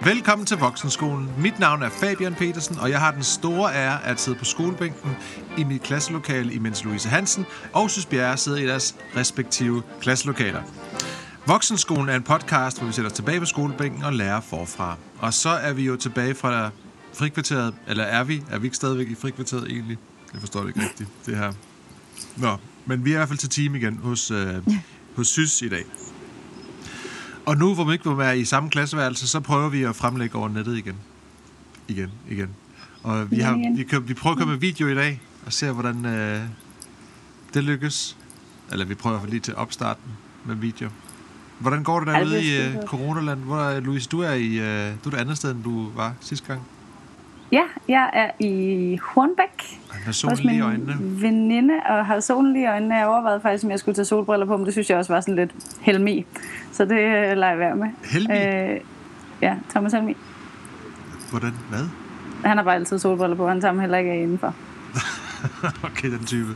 Velkommen til Voksenskolen. Mit navn er Fabian Petersen, og jeg har den store ære at sidde på skolebænken i mit klasselokale, imens Louise Hansen og Sys Bjerre sidder i deres respektive klasselokaler. Voksenskolen er en podcast, hvor vi sætter os tilbage på skolebænken og lærer forfra. Og så er vi jo tilbage fra frikvarteret, eller er vi? Er vi ikke stadigvæk i frikvarteret egentlig? Jeg forstår det ikke rigtigt, det her. Nå, men vi er i hvert fald til time igen hos Sys i dag. Og nu, hvor vi ikke vil være i samme klasseværelse, så prøver vi at fremlægge over nettet igen. Og vi prøver at komme med video i dag, og se, hvordan det lykkes. Eller vi prøver lige til opstarten med video. Hvordan går det derude i coronaland? Hvor, Louise, du er et andet sted, end du var sidste gang. Ja, jeg er i Hornbæk hos min veninde, og har solen lige i øjnene. Jeg overvejede faktisk, om jeg skulle tage solbriller på, men det synes jeg også var sådan lidt Helmi. Så det lader jeg være med. Helmi? Ja, Thomas Helmi. Hvordan? Hvad? Han har bare altid solbriller på, han tager dem heller ikke af indenfor. Okay, den type.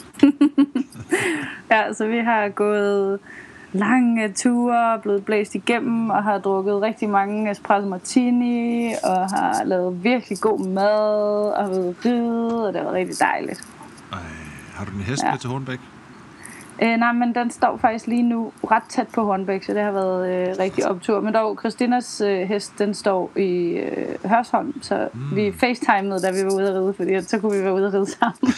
Ja, så vi har gået lange ture, blevet blæst igennem og har drukket rigtig mange espresso martini og har lavet virkelig god mad og været ride, og det var rigtig dejligt. Ej, har du den hest med til Hornbæk? Nej, men den står faktisk lige nu ret tæt på Hornbæk, så det har været rigtig optur. Men dog, Christinas hest, den står i Hørsholm, så vi facetimede, da vi var ude at ride, fordi så kunne vi være ude at ride sammen.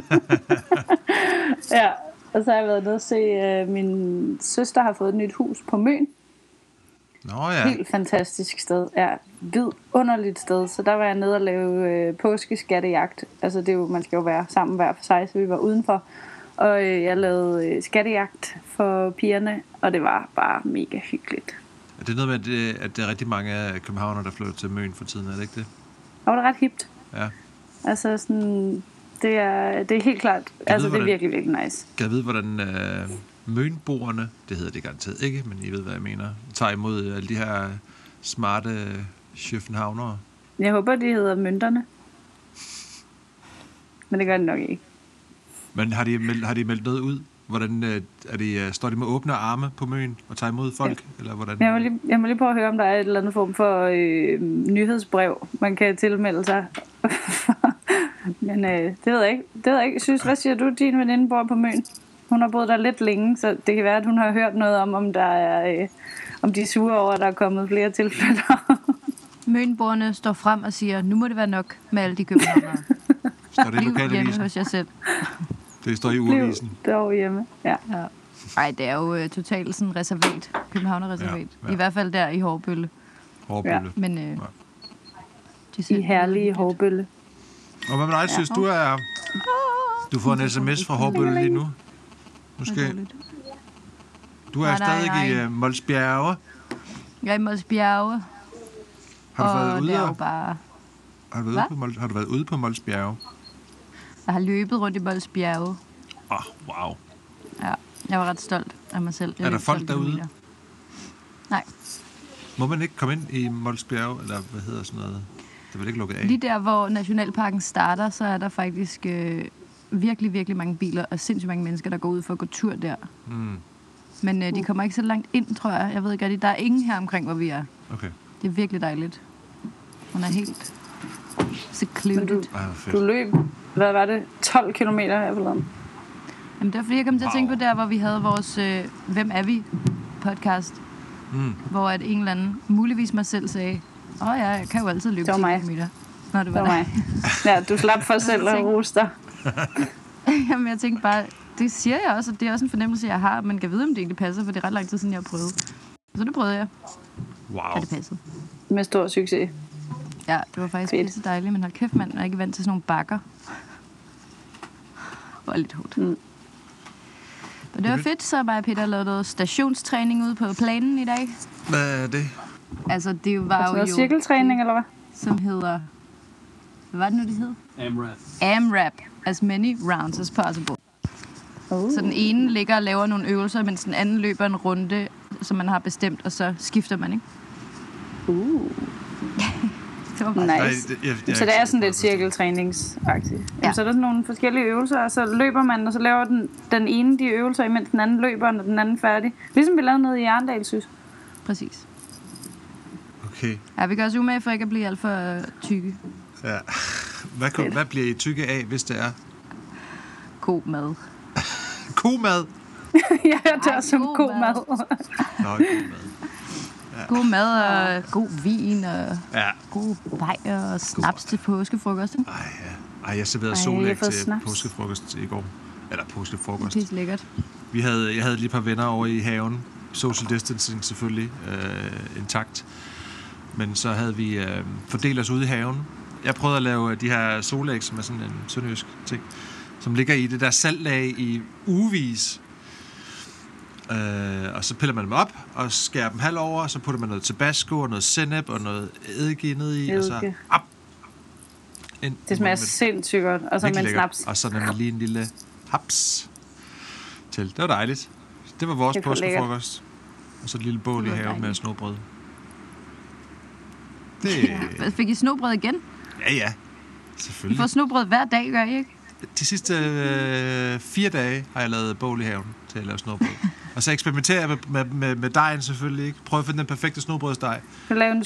Ja. Og så har jeg været nede og se, min søster har fået et nyt hus på Møn. Nå ja. Helt fantastisk sted. Ja, vidunderligt sted. Så der var jeg nede og lave påskeskattejagt. Altså det er jo, man skal jo være sammen hver for sig, så vi var udenfor. Og jeg lavede skattejagt for pigerne, og det var bare mega hyggeligt. Er det noget med, at det er rigtig mange af københavnere, der flytter til Møn for tiden, er det ikke det? Og det er ret hipt. Ja. Altså sådan, det er helt klart, altså det er virkelig, virkelig nice. Kan jeg vide, hvordan mønboerne, det hedder det garanteret ikke, men I ved, hvad jeg mener, tager imod alle de her smarte københavnere? Jeg håber, de hedder mønterne. Men det gør det nok ikke. Men har de meldt noget ud? Hvordan står de med åbne arme på Møn og tager imod folk? Ja. Eller hvordan? Jeg må lige prøve at høre, om der er et eller andet form for nyhedsbrev, man kan tilmelde sig. Men det ved jeg ikke. Synes, hvad siger du, din veninde bor på Møn? Hun har boet der lidt længe, så det kan være, at hun har hørt noget om der er, om de er sure over, at der er kommet flere tilflyttere. Mønboerne står frem og siger, nu må det være nok med alle de københavnere. Står det i lokalavisen? Hjemme hos jer selv. Det står i ugeavisen. Det er hjemme, ja. Ej, det er jo totalt sådan reservat. Københavner-reservat. Ja. I hvert fald der i Hårbølle. Ja. Men i herlige Hårbølle. Og hvad med dig, synes du får en sms fra Hårbølle lige nu? Måske. Du er stadig i Mols Bjerge. Jeg er i Mols Bjerge. Har du været ude? Det er jo bare... Har du været ude på Mols Bjerge? Jeg har løbet rundt i Mols Bjerge. Wow. Ja, jeg var ret stolt af mig selv. Er der folk derude? Nej. Må man ikke komme ind i Mols Bjerge, eller hvad hedder sådan noget? Det vil ikke lukket af. Lige der, hvor Nationalparken starter, så er der faktisk virkelig, virkelig mange biler og sindssygt mange mennesker, der går ud for at gå tur der. Men de kommer ikke så langt ind, tror jeg. Jeg ved ikke rigtig. Der er ingen her omkring, hvor vi er. Okay. Det er virkelig dejligt. Hun er helt secluded. Du løb, hvad var det, 12 kilometer her forleden? Jamen det var fordi, jeg kom til at tænke på der, hvor vi havde vores Hvem er vi? podcast. Hvor at en eller anden, muligvis mig selv, sagde, jeg kan jo altid løbe 10 kilometer. Nå, det var mig. Ja, du slap for selv at rose dig. Jamen jeg tænkte bare, det siger jeg også, og det er også en fornemmelse, jeg har, men kan vide, om det egentlig passer, for det er ret lang tid siden, jeg har prøvet. Så det prøvede jeg. Wow. Og det passede. Med stor succes. Ja, det var faktisk lidt så dejligt, men hold kæft, mand, jeg er ikke vant til sådan nogle bakker. Det var lidt hårdt. Men det var fedt, så mig og Peter lavede noget stationstræning ude på planen i dag. Hvad er det? Altså, det var jo... cirkeltræning, eller hvad? Som hedder... Hvad var det nu, det hed? AMRAP. As many rounds as possible. Så den ene ligger og laver nogle øvelser, mens den anden løber en runde, som man har bestemt, og så skifter man, ikke? Det var bare nice. Så det er sådan lidt cirkeltræningsagtigt. Ja. Så er der sådan nogle forskellige øvelser, og så løber man, og så laver den ene de øvelser, imens den anden løber, og den anden færdig. Ligesom vi lavede noget i Arndal, synes. Præcis. Okay. Ja, vi gør os umage for ikke at blive alt for tykke. Ja. Hvad bliver I tykke af, hvis det er? God mad. Komad? Jeg hørte det også som god mad. Nå, god mad. Ja. God mad og god vin og god bajer og snaps til påskefrokost. Ej, jeg serverede solæg til påskefrokost i går. Eller påskefrokost. Det er lækkert. Jeg havde lige et par venner over i haven. Social distancing selvfølgelig intakt. Men så havde vi fordelt os ude i haven. Jeg prøvede at lave de her solæg, som er sådan en sønderjysk ting, som ligger i det der saltlag i ugevis. Og så piller man dem op og skærer dem halv over, og så putter man noget tabasco og noget sennep og noget eddike ned i, og så op. Det smager sindssygt godt, og så med en snaps. Og så er lige en lille haps til. Det var dejligt. Det var vores påskefrokost. Og så et lille bål i haven med snobrød. Fik I snobrød igen? Ja, selvfølgelig. I får snobrød hver dag, gør I ikke? De sidste 4 dage har jeg lavet bål i haven til at lave snobrød. Og så eksperimenterer jeg med dejen selvfølgelig, ikke? Prøv at finde den perfekte snobrødsdej. Jeg laver en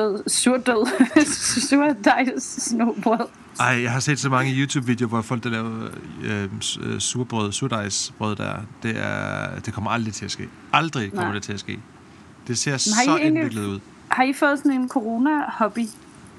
surdejssnobrød. Ej, jeg har set så mange YouTube-videoer, hvor folk der laver surdejsbrød der. Det kommer aldrig til at ske. Aldrig kommer det til at ske. Det ser så indviklet ud. Har I fået sådan en corona-hobby?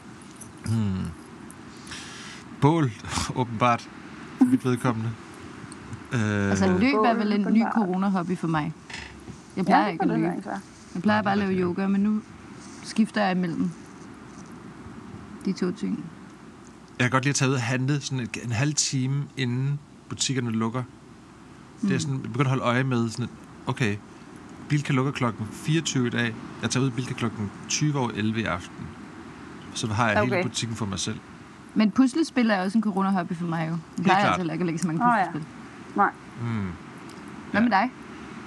Bål, åbenbart. For mit vedkommende. Altså løb er vel en ny corona-hobby for mig. Jeg plejer ikke at løbe. Jeg plejer bare at lave yoga, men nu skifter jeg imellem de to ting. Jeg kan godt lide at tage ud og handle sådan en halv time, inden butikkerne lukker. Det er sådan, jeg begynder at holde øje med sådan, okay, Bilka lukker klokken 24 i dag. Jeg tager ud Bilka klokken 20:11 i aften. Så har jeg hele butikken for mig selv. Men puslespil er også en corona-hobby for mig jo. Jeg plejer altså ikke at lægge så mange puslespil. Nej. Hvad med dig?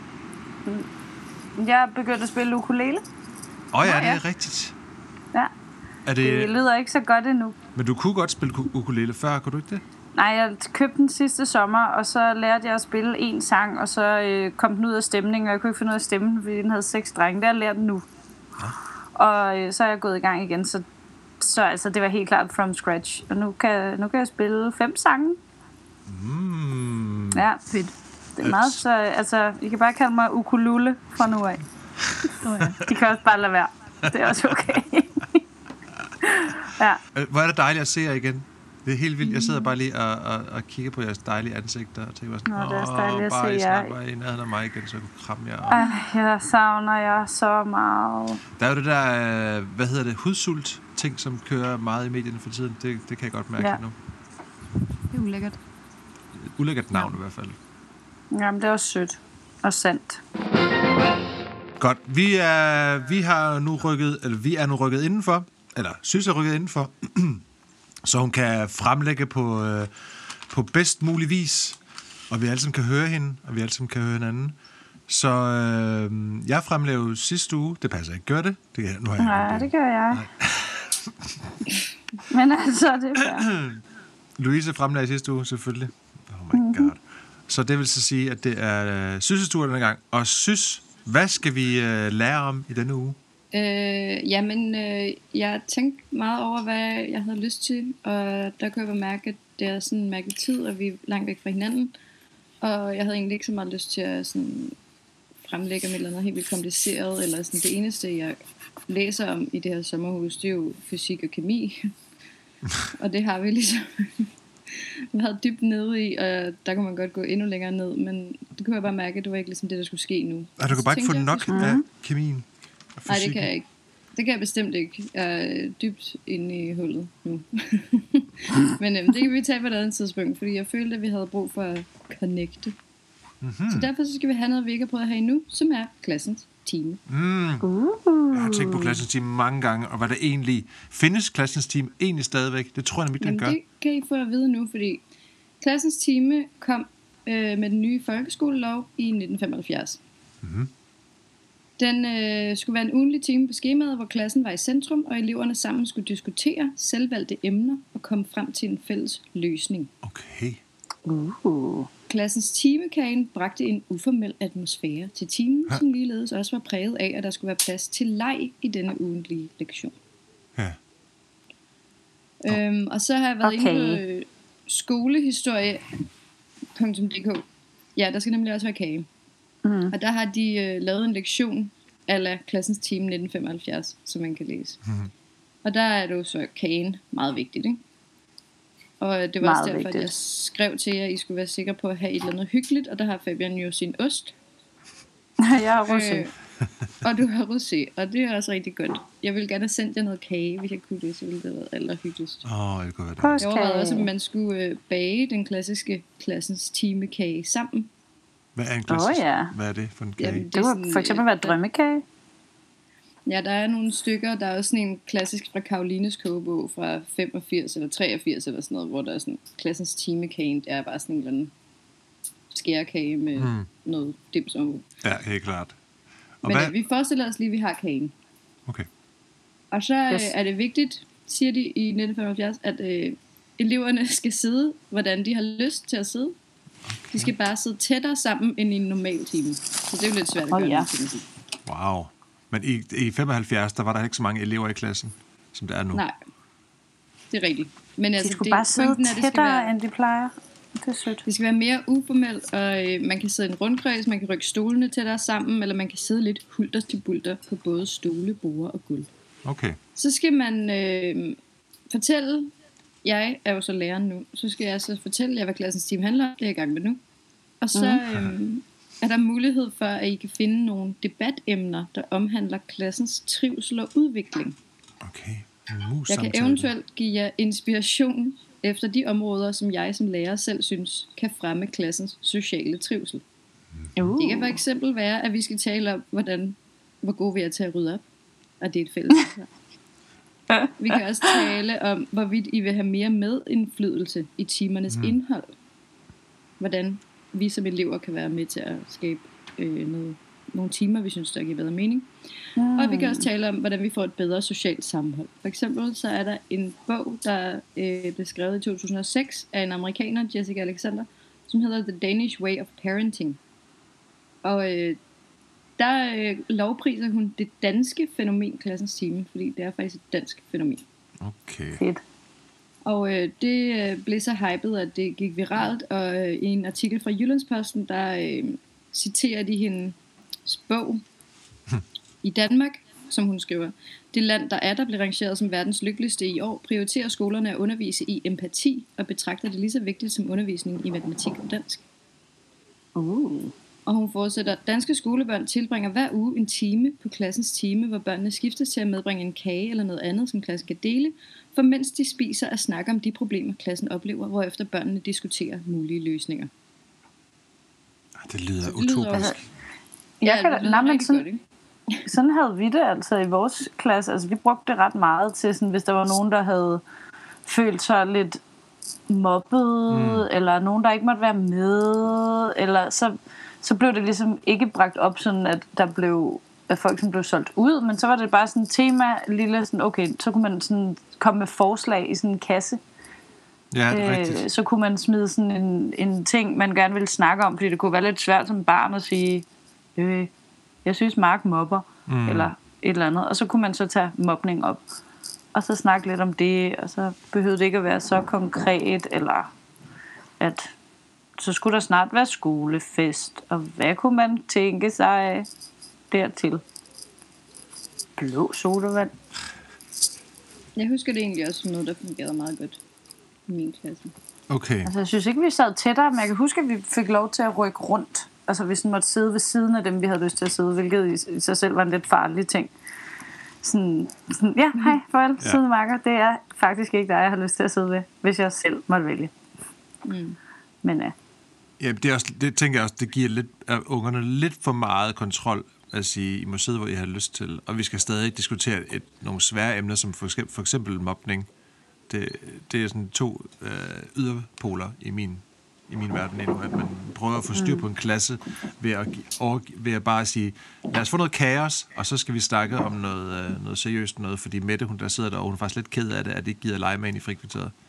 Jeg begyndte at spille ukulele. Det er rigtigt. Ja. Det lyder ikke så godt endnu. Men du kunne godt spille ukulele før, kunne du ikke det? Nej, jeg købte den sidste sommer, og så lærte jeg at spille en sang, og så kom den ud af stemningen, og jeg kunne ikke finde ud af stemmen, fordi den havde 6 strenge. Det har jeg lært den nu. Ja. Og så er jeg gået i gang igen, så altså, det var helt klart from scratch. Og nu kan jeg spille 5 sange. Ja, fedt. Det er meget, så altså, I kan bare kalde mig ukulele fra nu af. I kan også bare lade være. Det er også okay. Ja. Hvor er det dejligt at se jer igen. Det er helt vildt. Jeg sidder bare lige og kigger på jeres dejlige ansigter og tænker sådan, det er også dejligt at se jer. Bare i nærheden af mig igen, så jeg kunne kramme jer. Jeg savner jer så meget. Der er jo det der, hudsult ting, som kører meget i medierne for tiden. Det kan jeg godt mærke nu. Det er ulækkert. Ulækkert navn i hvert fald. Jamen, det er også sødt og sandt. Godt. Vi er nu rykket indenfor, eller synes er rykket indenfor, så hun kan fremlægge på bedst mulig vis, og vi alle sammen kan høre hende, og vi alle sammen kan høre hinanden. Så jeg fremlægger sidste uge. Det passer ikke. Gør det? Nu har jeg Nej, det gør jeg. Men altså, det er fair. Louise fremlagde sidste uge, selvfølgelig. Oh my god. Så det vil så sige, at det er Sysses tur denne gang. Og Sys, hvad skal vi lære om i denne uge? Jeg tænkte meget over, hvad jeg havde lyst til. Og der kunne jeg bare mærke, at det er sådan en mærkelig tid, og vi er langt væk fra hinanden. Og jeg havde egentlig ikke så meget lyst til at sådan fremlægge om et eller andet helt vildt kompliceret. Eller sådan det eneste, jeg læser om i det her sommerhus, det er jo fysik og kemi. Og det har vi ligesom været dybt nede i, og der kunne man godt gå endnu længere ned, men det kunne jeg bare mærke, at det var ikke ligesom det, der skulle ske nu. Du kan bare ikke få nok af kemien og nej, det kan jeg ikke. Det kan jeg bestemt ikke. Jeg er dybt inde i hullet nu. Men det kan vi tage på et andet tidspunkt, fordi jeg følte, at vi havde brug for at connecte. Så derfor så skal vi have noget, vi ikke har prøvet at have endnu, som er klassens time. Jeg har tænkt på klassens time mange gange, og hvad der egentlig findes klassens time egentlig stadigvæk. Det tror jeg nemlig, den gør. Det kan I få at vide nu, fordi klassens time kom med den nye folkeskolelov i 1975. Den skulle være en ugentlig time på skemaet, hvor klassen var i centrum, og eleverne sammen skulle diskutere selvvalgte emner og komme frem til en fælles løsning. Okay. Klassens timekage bragte en uformel atmosfære til timen, som ligeledes også var præget af, at der skulle være plads til leg i denne ugentlige lektion. Ja. Og så har jeg været inde på skolehistorie.dk. Ja, der skal nemlig også være kage. Og der har de lavet en lektion ala klassens time 1975, som man kan læse. Og der er det jo så kagen meget vigtigt, ikke? Og det var også derfor, at jeg skrev til jer, at I skulle være sikre på at have et eller andet hyggeligt. Og der har Fabian jo sin ost. Jeg har rosé. Og du har rosé, og det er også rigtig godt. Jeg ville gerne have sendt jer noget kage, hvis jeg kunne det, så ville det have været allerhyggeligst. Det kunne være det. Jeg overvejede også, at man skulle bage den klassiske klassens timekage sammen. Hvad er en klassisk? Hvad er det for en kage? Jamen, det kunne for eksempel være drømmekage. Ja, der er nogle stykker. Der er også sådan en klassisk fra Karolines kogebog fra 85 eller 83 eller sådan noget, hvor der er sådan klassens timekage. Det er bare sådan en eller anden skærekage med noget dimsum. Ja, helt klart. Men vi forestiller os lige, at vi har kagen. Okay. Og så er det vigtigt, siger de i 1975, at eleverne skal sidde, hvordan de har lyst til at sidde. Okay. De skal bare sidde tættere sammen end i en normal time. Så det er jo lidt svært at gøre. Ja. Wow. Men i 75, der var der ikke så mange elever i klassen, som der er nu. Nej, det er rigtigt. Men altså, de skulle bare sidde tættere, end de plejer. Det er sødt. Det skal være mere uformelt, og man kan sidde i en rundkreds, man kan rykke stolene tættere sammen, eller man kan sidde lidt hulter til bulter på både stole, borde og gulv. Okay. Så skal man fortælle, jeg er jo så læreren nu, så skal jeg så fortælle jer, hvad klassens time handler om. Det er jeg i gang med nu. Og så er der mulighed for, at I kan finde nogle debatemner, der omhandler klassens trivsel og udvikling. Okay. Jeg kan eventuelt give jer inspiration efter de områder, som jeg som lærer selv synes kan fremme klassens sociale trivsel. Det kan for eksempel være, at vi skal tale om, hvor gode vi er til at rydde op. Og det er et fælles. Vi kan også tale om, hvorvidt I vil have mere medindflydelse i timernes indhold. Hvordan vi som elever kan være med til at skabe nogle timer, vi synes, der giver bedre mening. Og vi kan også tale om, hvordan vi får et bedre socialt sammenhold. For eksempel så er der en bog, der blev skrevet i 2006 af en amerikaner, Jessica Alexander, som hedder The Danish Way of Parenting. Og der lovpriser hun det danske fænomen klassens time, fordi det er faktisk et dansk fænomen. Okay. Fedt. Og det blev så hypet, at det gik viralt, og i en artikel fra Jyllandsposten, der citerer de hendes bog i Danmark, som hun skriver. Det land, der blev rangeret som verdens lykkeligste i år, prioriterer skolerne at undervise i empati, og betragter det lige så vigtigt som undervisning i matematik og dansk. Og hun fortsætter, danske skolebørn tilbringer hver uge en time på klassens time, hvor børnene skiftes til at medbringe en kage eller noget andet, som klassen kan dele, for mens de spiser at snakke om de problemer, klassen oplever, hvorefter børnene diskuterer mulige løsninger. Det lyder utopisk. Sådan havde vi det altså i vores klasse. Altså vi brugte det ret meget til, sådan, hvis der var nogen, der havde følt sig lidt mobbet, eller nogen, der ikke måtte være med, eller så blev det ligesom ikke bragt op sådan, at folk som blev solgt ud, men så var det bare sådan et tema, lille sådan, okay, så kunne man sådan komme med forslag i sådan en kasse. Ja, det er rigtigt. Så kunne man smide sådan en ting, man gerne ville snakke om, fordi det kunne være lidt svært som barn at sige, jeg synes Mark mobber, eller et eller andet, og så kunne man så tage mobning op, og så snakke lidt om det, og så behøvede det ikke at være så konkret, eller at så skulle der snart være skolefest, og hvad kunne man tænke sig dertil? Blå sodavand. Jeg husker det egentlig også som noget, der fungerede meget godt i min klasse. Okay. Altså, jeg synes ikke, vi sad tættere, men jeg kan huske, at vi fik lov til at rykke rundt. Altså, vi sådan måtte sidde ved siden af dem, vi havde lyst til at sidde, hvilket i sig selv var en lidt farlig ting. Sådan ja, hej, farvel, sidemarker. Det er faktisk ikke dig, jeg har lyst til at sidde ved, hvis jeg selv måtte vælge. Men ja, det tænker jeg også, det giver ungerne lidt for meget kontrol at sige, I må sidde, hvor I har lyst til. Og vi skal stadig diskutere nogle svære emner, som for eksempel mobning. Det er sådan to yderpoler i min verden endnu, at man prøver at få styr på en klasse ved at bare sige, lad os få noget kaos, og så skal vi snakke om noget seriøst noget, fordi Mette, hun der sidder der, og hun er faktisk lidt ked af det, at det ikke gider lege med ind i frikvarteret.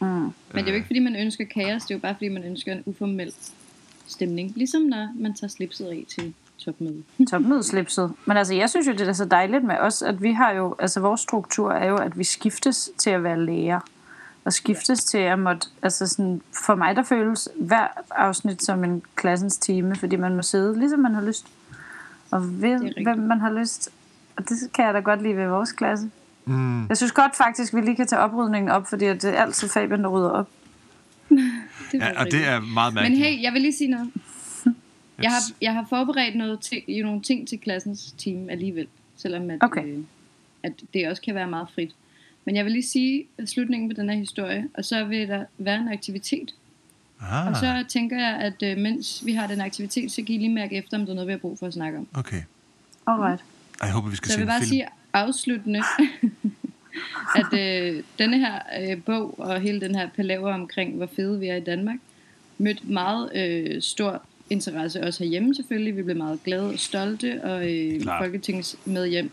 Men det er jo ikke, fordi man ønsker kaos, det er jo bare, fordi man ønsker en uformel stemning. Ligesom når man tager slipset af til topmøde. Topmødeslipset. Men altså, jeg synes jo, det er så dejligt med os, at vi har jo, altså vores struktur er jo, at vi skiftes til at være lærer. Og skiftes til at måtte, altså sådan, for mig der føles hver afsnit som en klassens time, fordi man må sidde, ligesom man har lyst. Og ved, hvem man har lyst. Og det kan jeg da godt lide ved vores klasse. Jeg synes godt faktisk, vi lige kan tage oprydningen op, fordi det er altid Fabian, der rydder op. Og det er meget mærkeligt. Men hey, jeg vil lige sige noget. Jeg har forberedt nogle ting til klassens team alligevel, selvom at det også kan være meget frit. Men jeg vil lige sige slutningen på den her historie, og så vil der være en aktivitet. Og så tænker jeg, at mens vi har den aktivitet, så kan I lige mærke efter, om der er noget, vi har brug for at snakke om. Okay. Alright. Jeg håber, vi skal så se en film. jeg vil bare sige afsluttende, at denne her bog og hele den her palaver omkring, hvor fede vi er i Danmark, mødte meget stor interesse også herhjemme selvfølgelig. Vi blev meget glade og stolte, og folketingsmedlem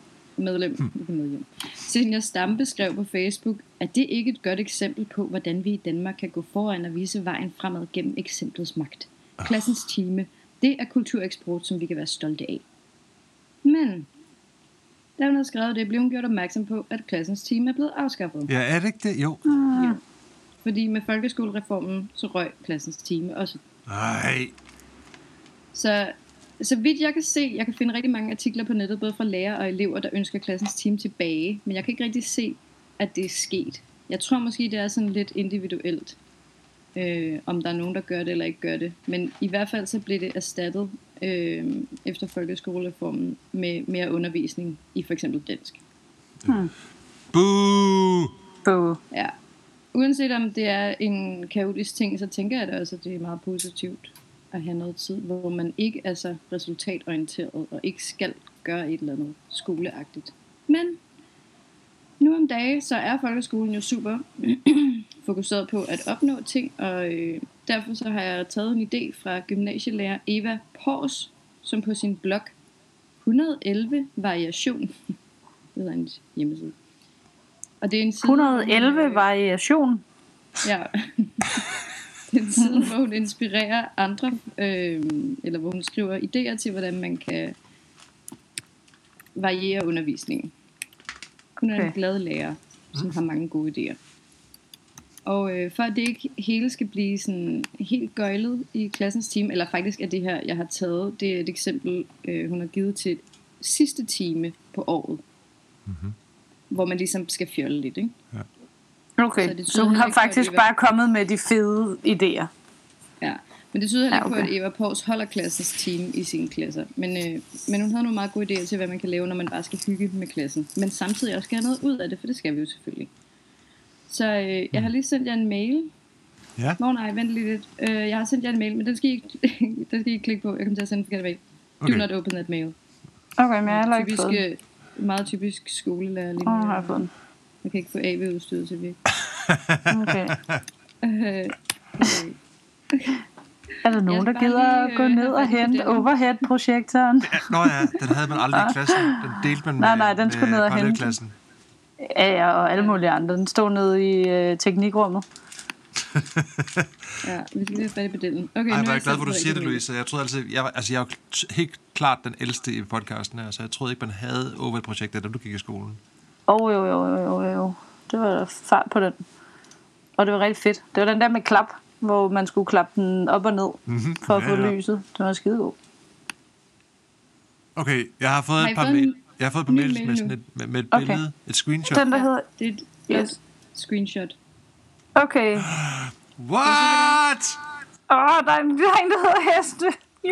Zenia Stampe skrev på Facebook, at det ikke er et godt eksempel på, hvordan vi i Danmark kan gå foran og vise vejen fremad gennem eksemplets magt. Klassens time, det er kultureksport, som vi kan være stolte af. Men da hun havde skrevet det, blev hun gjort opmærksom på, at klassens time er blevet afskaffet. Ja, er det ikke det? Jo. Ja. Fordi med folkeskolereformen, så røg klassens time også. Nej. Så vidt jeg kan se, jeg kan finde rigtig mange artikler på nettet, både fra lærere og elever, der ønsker klassens time tilbage, men jeg kan ikke rigtig se, at det er sket. Jeg tror måske, det er sådan lidt individuelt, om der er nogen, der gør det eller ikke gør det. Men i hvert fald så blev det erstattet efter folkeskolereformen med mere undervisning i for eksempel dansk. Boo! Ja. Uanset om det er en kaotisk ting, så tænker jeg da også, at det er meget positivt at have noget tid, hvor man ikke er så resultatorienteret og ikke skal gøre et eller andet skoleagtigt. Men nu om dagen, så er folkeskolen jo super fokuseret på at opnå ting, og derfor så har jeg taget en idé fra gymnasielærer Eva Pors, som på sin blog 111 Variation, det hedder en hjemmeside. Og det er en side, 111 Variation? Ja. Den side, hvor hun inspirerer andre, eller hvor hun skriver idéer til, hvordan man kan variere undervisningen. Hun er en glad lærer, som har mange gode idéer. Og for at det ikke hele skal blive sådan helt gøjlet i klassens time, eller faktisk er det her, jeg har taget, det er et eksempel, hun har givet til sidste time på året. Hvor man ligesom skal fjolle lidt, ikke? Ja. Okay, så hun har faktisk bare kommet med de fede idéer. Ja, men det tyder heller ikke på, at Eva Pors holder klassens team i sine klasser. Men hun havde nogle meget gode idéer til, hvad man kan lave, når man bare skal hygge med klassen. Men samtidig også skal have noget ud af det, for det skal vi jo selvfølgelig. Så jeg har lige sendt jer en mail. Ja. Nej, vent lige lidt. Jeg har sendt jer en mail, men den skal I ikke klikke på. Jeg kommer til at sende en forkert mail. Okay. Do not open that mail. Okay, men jeg har heller ikke fået den. Meget typisk skolelærer lige nu. Har jeg fået den. Jeg kan ikke få AV-udstyret til virke. Okay. Er der nogen, der gider at gå ned og hente overhead-projektoren? Nå ja, den havde man aldrig i klassen. Den delte man nej, den skulle ned og hente. Klassen. Ja, og alle mulige andre. Den stod nede i teknikrummet. Ja, vi skal lige have fat i pedellen. Okay, jeg er glad for, at du siger det, Louise. Jeg troede altid, jeg er jo helt klart den ældste i podcasten her, så jeg troede ikke, man havde overhead-projekter, da du gik i skolen. Jo. Det var fart på den. Og det var rigtig fedt. Det var den der med klap, hvor man skulle klappe den op og ned, for at få lyset. Det var skidegod. Okay, jeg har fået et par mail. Jeg har fået et par mails med et billede, et screenshot. Den der hedder... Det er et screenshot. Okay. What? Der er en dreng, der hedder Heste.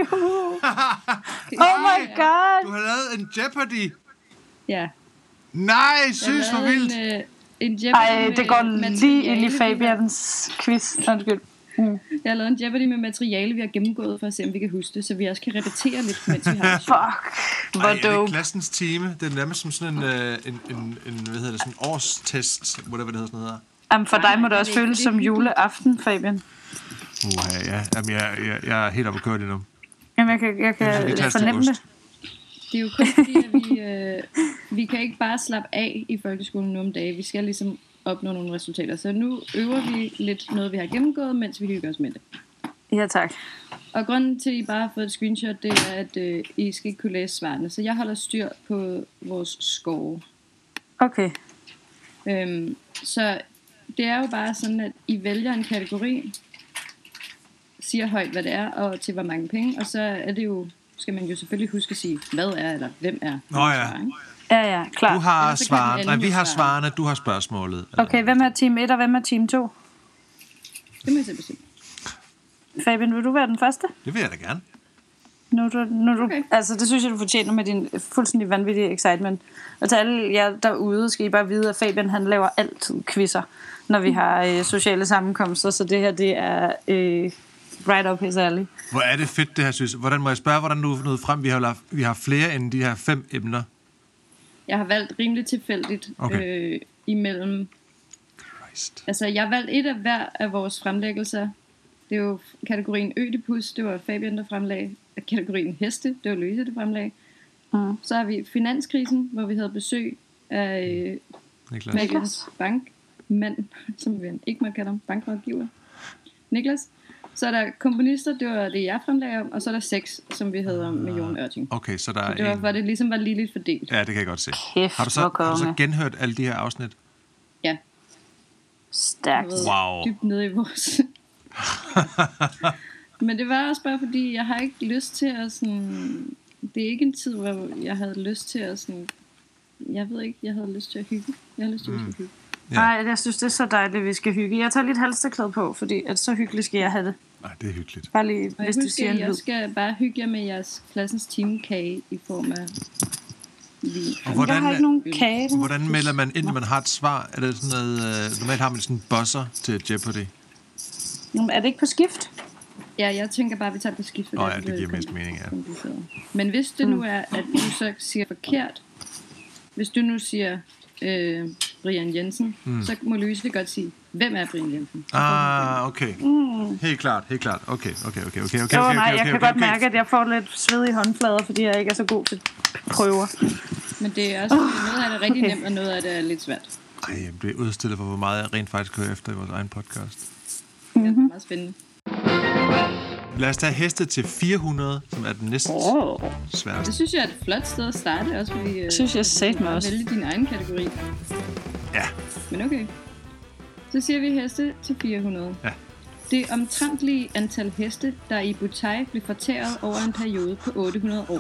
Oh my god. Du har lavet en Jeopardy. Ja. Nej, synes hvor vildt. En Jeopardy det går lige ind i Fabians quiz. Undskyld. Jeg har lavet en Jeopardy med materiale, vi har gennemgået for at se, om vi kan huske det, så vi også kan repetere lidt, mens vi har det. Fuck. Hvor dope. Er det klassens time? Det er nærmest som sådan en hvad hedder det, sådan en årstest, whatever det hedder sådan noget. Jamen for dig må det også føles som juleaften, Fabian. Ja. Jamen, jeg er helt oppe at køre det nu. Jamen, jeg kan fornemme det. Det er jo kun fordi, at vi kan ikke bare slappe af i folkeskolen nu om dagen. Vi skal ligesom opnå nogle resultater. Så nu øver vi lidt noget, vi har gennemgået, mens vi hygger os med det. Ja, tak. Og grunden til, at I bare har fået et screenshot, det er, at I skal ikke kunne læse svarene. Så jeg holder styr på vores skove. Okay. Så det er jo bare sådan, at I vælger en kategori, siger højt, hvad det er, og til hvor mange penge. Og så er det jo, skal man jo selvfølgelig huske at sige, hvad er, eller hvem er. Nå ja. Ja, klar. Du har svarene. Nej, vi har svarene, du har spørgsmålet. Okay, hvem er team 1, og hvem er team 2? Det må jeg selv bestemme. Fabian, vil du være den første? Det vil jeg da gerne. Okay. Altså, det synes jeg, du fortjener med din fuldstændig vanvittige excitement. Og til alle jer derude, skal I bare vide, at Fabian, han laver altid quizzer, når vi har sociale sammenkomster. Så det her, det er right up his alley. Hvor er det fedt, det her, synes. Hvordan må jeg spørge, hvordan du er nået frem? Vi har flere end de her 5 emner. Jeg har valgt rimelig tilfældigt imellem. Christ. Altså, jeg har valgt et af hver af vores fremlæggelser. Det er jo kategorien Ødipus, det var Fabian, der fremlagde. Kategorien Heste, det var Louise, der fremlagde. Så har vi Finanskrisen, hvor vi havde besøg af Niklas bankmand, som vi ikke må kalde ham, bankrådgiver. Niklas. Så er der komponister, det var det, jeg fremlagde om, og så er der 6, som vi havde om med Jon Ørting. Okay, så der er det var, hvor det ligesom var ligeligt fordelt. Ja, det kan jeg godt se. Kæft, har du så genhørt alle de her afsnit? Ja. Stærkt. Wow. Dybt nede i vores... Men det var også bare fordi, jeg har ikke lyst til at sådan... Det er ikke en tid, hvor jeg havde lyst til at sådan... Jeg ved ikke, jeg havde lyst til at hygge. Jeg har lyst til at hygge. Nej, jeg synes, det er så dejligt, at vi skal hygge. Jeg tager lidt halsterklæde på, fordi at så hyggeligt skal jeg have det. Nej, det er hyggeligt. Bare lige, hvis det siger en lyd. Jeg skal bare hygge jer med jeres klassens teamkage i form af vin. Og jeg har ikke nogen kage. Hvordan melder man ind, når man har et svar? Er det sådan noget... normalt har man sådan en buzzer til Jeopardy. Jamen, er det ikke på skift? Ja, jeg tænker bare, at vi tager på skift. Ja, det giver mest mening, ja. Men hvis det nu er, at du så siger forkert, hvis du nu siger Brian Jensen, så må Louise godt sige, hvem er Brian Jensen? Okay. Helt klart. Okay. Nej, jeg kan godt mærke, at jeg får lidt svedige håndflader, fordi jeg ikke er så god til prøver. Men det er også, noget af det er rigtig nemt, og noget af det er lidt svært. Ej, jeg bliver udstillet for, hvor meget jeg rent faktisk kører efter i vores egen podcast. Det er meget spændende. Lad os tage heste til 400, som er den næsten sværeste. Det synes jeg er et flot sted at starte, også fordi synes jeg sagt mig også. Vælge din egen kategori. Ja. Men okay. Så siger vi heste til 400. Ja. Det omtrentlige antal heste, der i Bhutai blev fortæret over en periode på 800 år.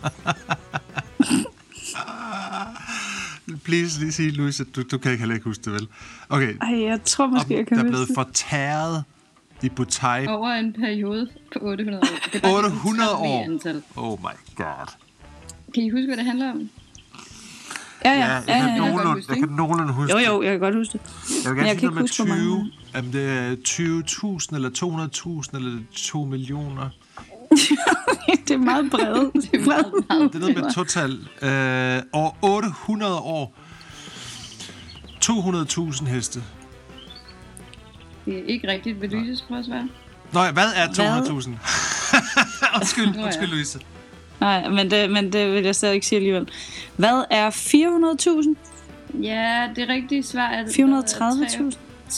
Please lige sige, Louise, du kan heller ikke huske det, vel? Okay. Ej, jeg tror måske, jeg kan huske det. Der huske er blevet fortæret i Bhutai. Over en periode på 800 år. Det er 800 år? Antal. Oh my god. Kan I huske, hvad det handler om? Ja. Jeg kan nogenlunde huske det. Jo, jeg kan godt huske det. Jeg vil gerne sige med 20. Jamen, det er 20.000 eller 200.000 eller 2 millioner. Det er meget bredt. Det er noget med total. Over 800 år. 200.000 heste. Det er ikke rigtigt. Vil Louise prøve at svare? Nå ja, hvad er 200.000? Undskyld, Louise. Nej, men det vil jeg stadig ikke sige alligevel. Hvad er 400.000? Ja, det rigtige svar er 430.000?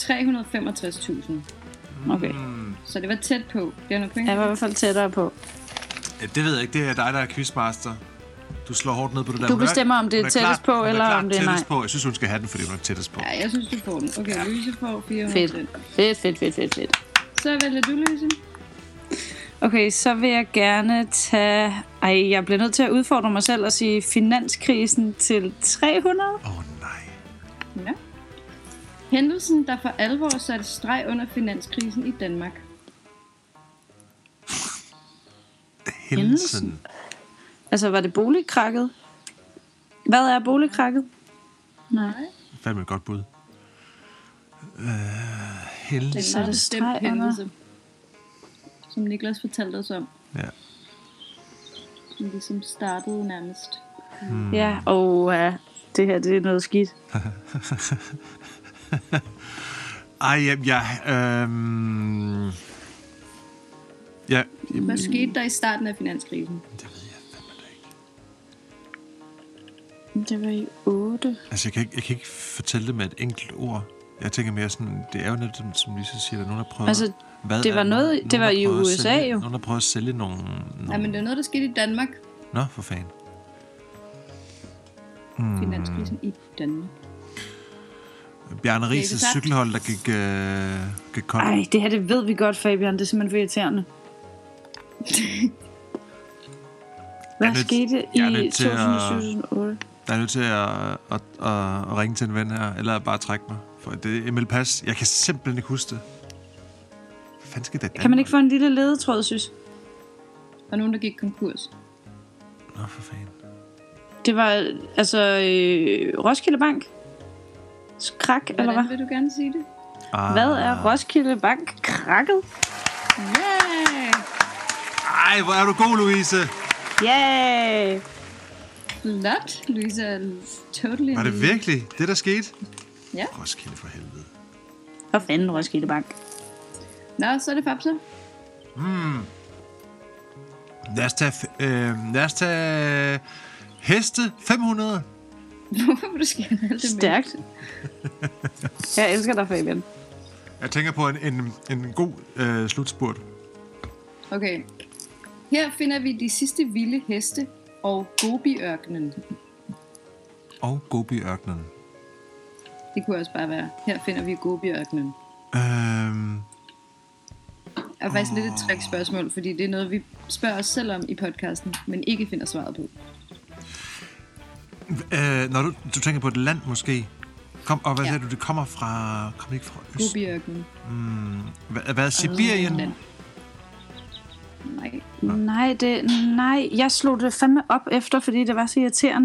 365.000. Okay. Så det var tæt på. Det er noget point. Jeg var i hvert fald tættere på. Ja, det ved jeg ikke. Det er dig, der er quizmaster. Du slår hårdt ned på det der. Du bestemmer, om det er tættest på, eller om det er nej. På. Jeg synes, hun skal have den, fordi hun er tættest på. Ja, jeg synes, du får den. Okay, Louise får 400. Fedt. Så vælger du, Louise. Okay, så vil jeg gerne tage... jeg bliver nødt til at udfordre mig selv og sige finanskrisen til 300. Nej. Ja. Hændelsen, der for alvor satte streg under finanskrisen i Danmark. Hændelsen? Altså, var det boligkrakket? Hvad er boligkrakket? Nej. Fandme et godt bud. Hændelsen? Det er en meget bestemt hændelse, som Niklas fortalte os om. Ja. Som ligesom startede nærmest. Ja, og det her, det er noget skidt. Hvad skete der i starten af finanskrisen? Det ved jeg fandme da ikke. Det var i 8. Altså, jeg kan ikke fortælle det med et enkelt ord. Jeg tænker mere sådan, det er jo netop, som Lisa siger, der er nogen, der prøver... Altså, det var noget, det var i USA jo. Nogen, der prøver at sælge nogle... Ja, men det er noget, der skete i Danmark. Nå, for fanden. Finanskrisen i Danmark. Bjarne Rises cykelhold, der gik kold. Ej, det her, det ved vi godt, Fabian. Det er simpelthen for irriterende. Hvad skete i 2007-2008? Jeg er nødt til at ringe til en ven her, eller bare trække mig. For det er Emil Pass. Jeg kan simpelthen ikke huske det. Hvad fanden skal det? Kan man ikke få en lille ledetråd, synes? Og nogen, der gik konkurs. Nå, for fanden. Det var altså Roskilde Bank. Krak, eller hvad? Hvordan vil du gerne sige det? Hvad er Roskilde Bank krakket? Yeah! Ej, hvor er du god, Louise. Yay! Flot, Louise. Totally. Var det virkelig det, der skete? Ja. Roskilde for helvede. Hvor fanden Roskilde Bank? Nå, så er det Fabse. Lad os tage heste 500. Hvorfor vil du skære alt det med? Stærkt. Jeg elsker dig, Fabian. Jeg tænker på en god slutspurt. Okay. Her finder vi de sidste vilde heste og Gobi-ørkenen. Og Gobi-ørkenen. Det kunne også bare være. Her finder vi Gobi-ørkenen. Det er faktisk lidt et trick-spørgsmål, fordi det er noget, vi spørger os selv om i podcasten, men ikke finder svaret på. Når du tænker på et land måske, og hvad siger du, det kommer fra, kommer ikke fra øst? Gobi-ørkenen. Hvad er Sibirien? Nej. Nej, jeg slog det fandme op efter, fordi det var så irriterende.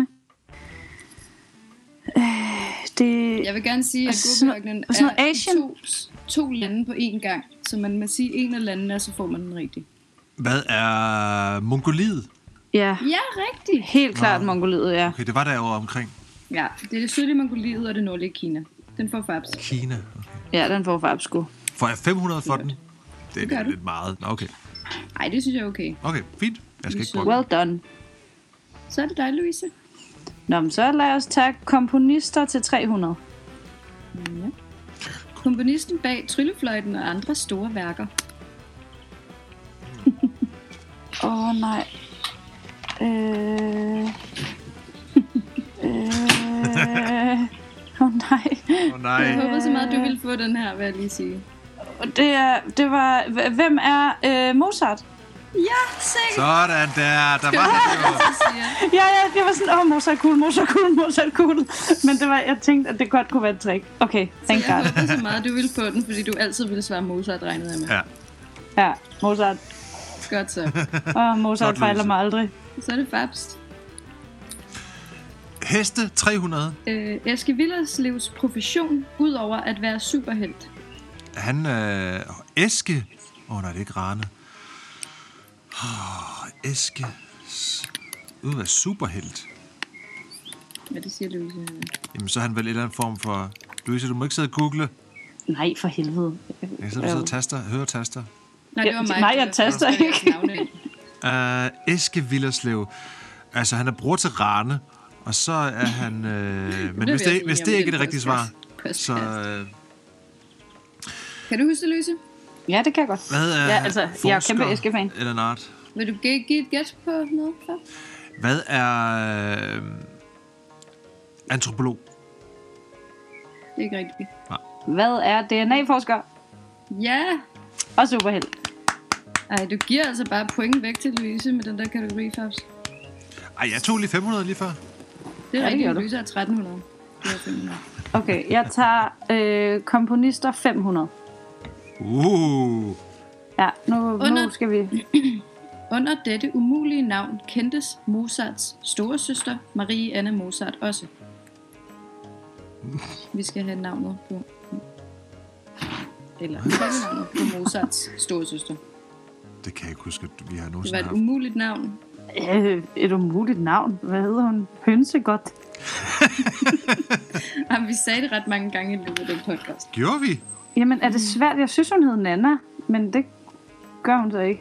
Jeg vil gerne sige, at Gobi-ørkenen er to lande på én gang, så man må sige en af landene, og så får man den rigtige. Hvad er Mongoliet? Ja, rigtigt. Helt klart Mongoliet, ja. Okay, det var derovre omkring. Ja, det er det sydlige Mongoliet og det nordlige Kina. Den får Fabs. Kina, okay. Ja, den får Fabs sgu. Får jeg 500 for den? Det er du. lidt meget. Nå, okay. Nej, det synes jeg er okay. Okay, fint. Jeg skal ikke bruge Well done. Så er det dig, Louise. Nå, men så lad os tage komponister til 300. Ja. Komponisten bag Tryllefløjten og andre store værker. Nej. nej. Jeg håber så meget, du vil få den her, vil jeg lige sige. Det var... Hvem er Mozart? Ja, sikkert. Sådan der. Der var det jo. Ja, det var sådan, Mozart cool. Men det var, jeg tænkte, at det godt kunne være et trick. Okay, thank God. Jeg håber så meget, du vil få den, fordi du altid ville svare Mozart, regnede jeg med. Ja. Ja, Mozart. Godt så. Mozart fejler mig aldrig. Så er det Fabs. Heste 300. Eske Willerslevs profession, udover at være superhelt. Han Eske. Nej, det er ikke Rane. Eske. Ud at være superhelt. Ja, det siger Louise. Jamen, så er han vel en eller anden form for... Louise, du må ikke sidde og google. Nej, for helvede. Jeg så du sidder og taster, hører taster. Nej, det var mig. Nej, jeg taster ikke. Eske Willerslev. Altså, han er bror til Rane, og så er han... men hvis det ikke er det rigtige svar, så... Kan du huske det, Louise? Ja, det kan jeg godt. Hvad er jeg er kæmpe Eske-fan. Eller nart? Vil du give et gæt på noget, Fabs? Hvad er antropolog? Det er ikke rigtigt. Nej. Hvad er DNA-forsker? Ja! Og superhelt. Ej, du giver altså bare point væk til Louise med den der kategori, Fabs. Ej, jeg tog lige 500 lige før. Det er Ja, rigtigt, det Louise er 1300. Det er 500. Okay, jeg tager komponister 500. Ja, nu skal vi... Under dette umulige navn kendtes Mozarts storesøster, Marie Anne Mozart, også. Vi skal have navnet på... Eller navnet på Mozarts storesøster. Det kan jeg ikke huske, at vi har Det nogensinde var et umuligt navn. Et umuligt navn. Hvad hedder hun? Hønsegodt. Jamen, vi sagde det ret mange gange i løbet af den podcast. Gjorde vi? Jamen, er det svært? Jeg synes, hun hed Nana, men det gør hun så ikke.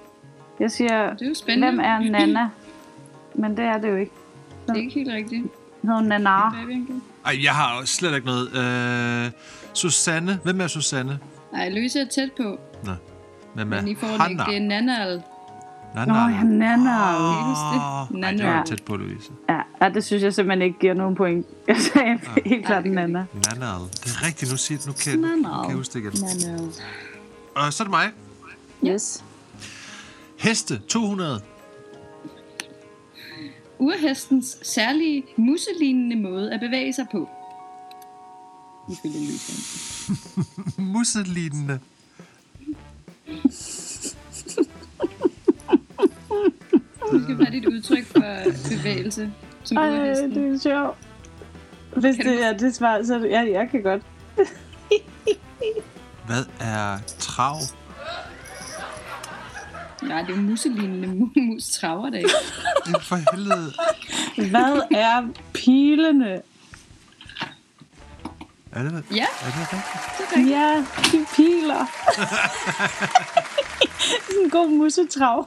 Jeg siger, Det er jo spændende. hvem er Nana? Men det er det jo ikke. Det er ikke helt rigtigt. Hedder hun Nanar? Ej, jeg har jo slet ikke noget. Susanne. Hvem er Susanne? Nej, Louise er tæt på. Nå. Hvem er Men I får Hanna? ikke Nanal. Nå, ja, Nanar. Ej, det var tæt på, Louise. Ja, det synes jeg simpelthen ikke giver nogen point. Jeg sagde helt klart Nanar. Nanal. Det er rigtigt, nu kan jeg huske det igen. Nanal. Og så er det mig. Yes. Heste, 200. Urhestens særlige muselignende måde at bevæge sig på. Ifølge Louise. Muselignende. Du skal have dit udtryk for bevægelse som urhesten. Det er sjovt. Hvis det er det svar, så jeg kan godt. Hvad er trav? Nej, det er jo muselignende mus traver det ikke. Det er for helvede. Hvad er pilene? Er det Ja, Er det rigtigt? Ja, de piler. Sådan en god musetrav.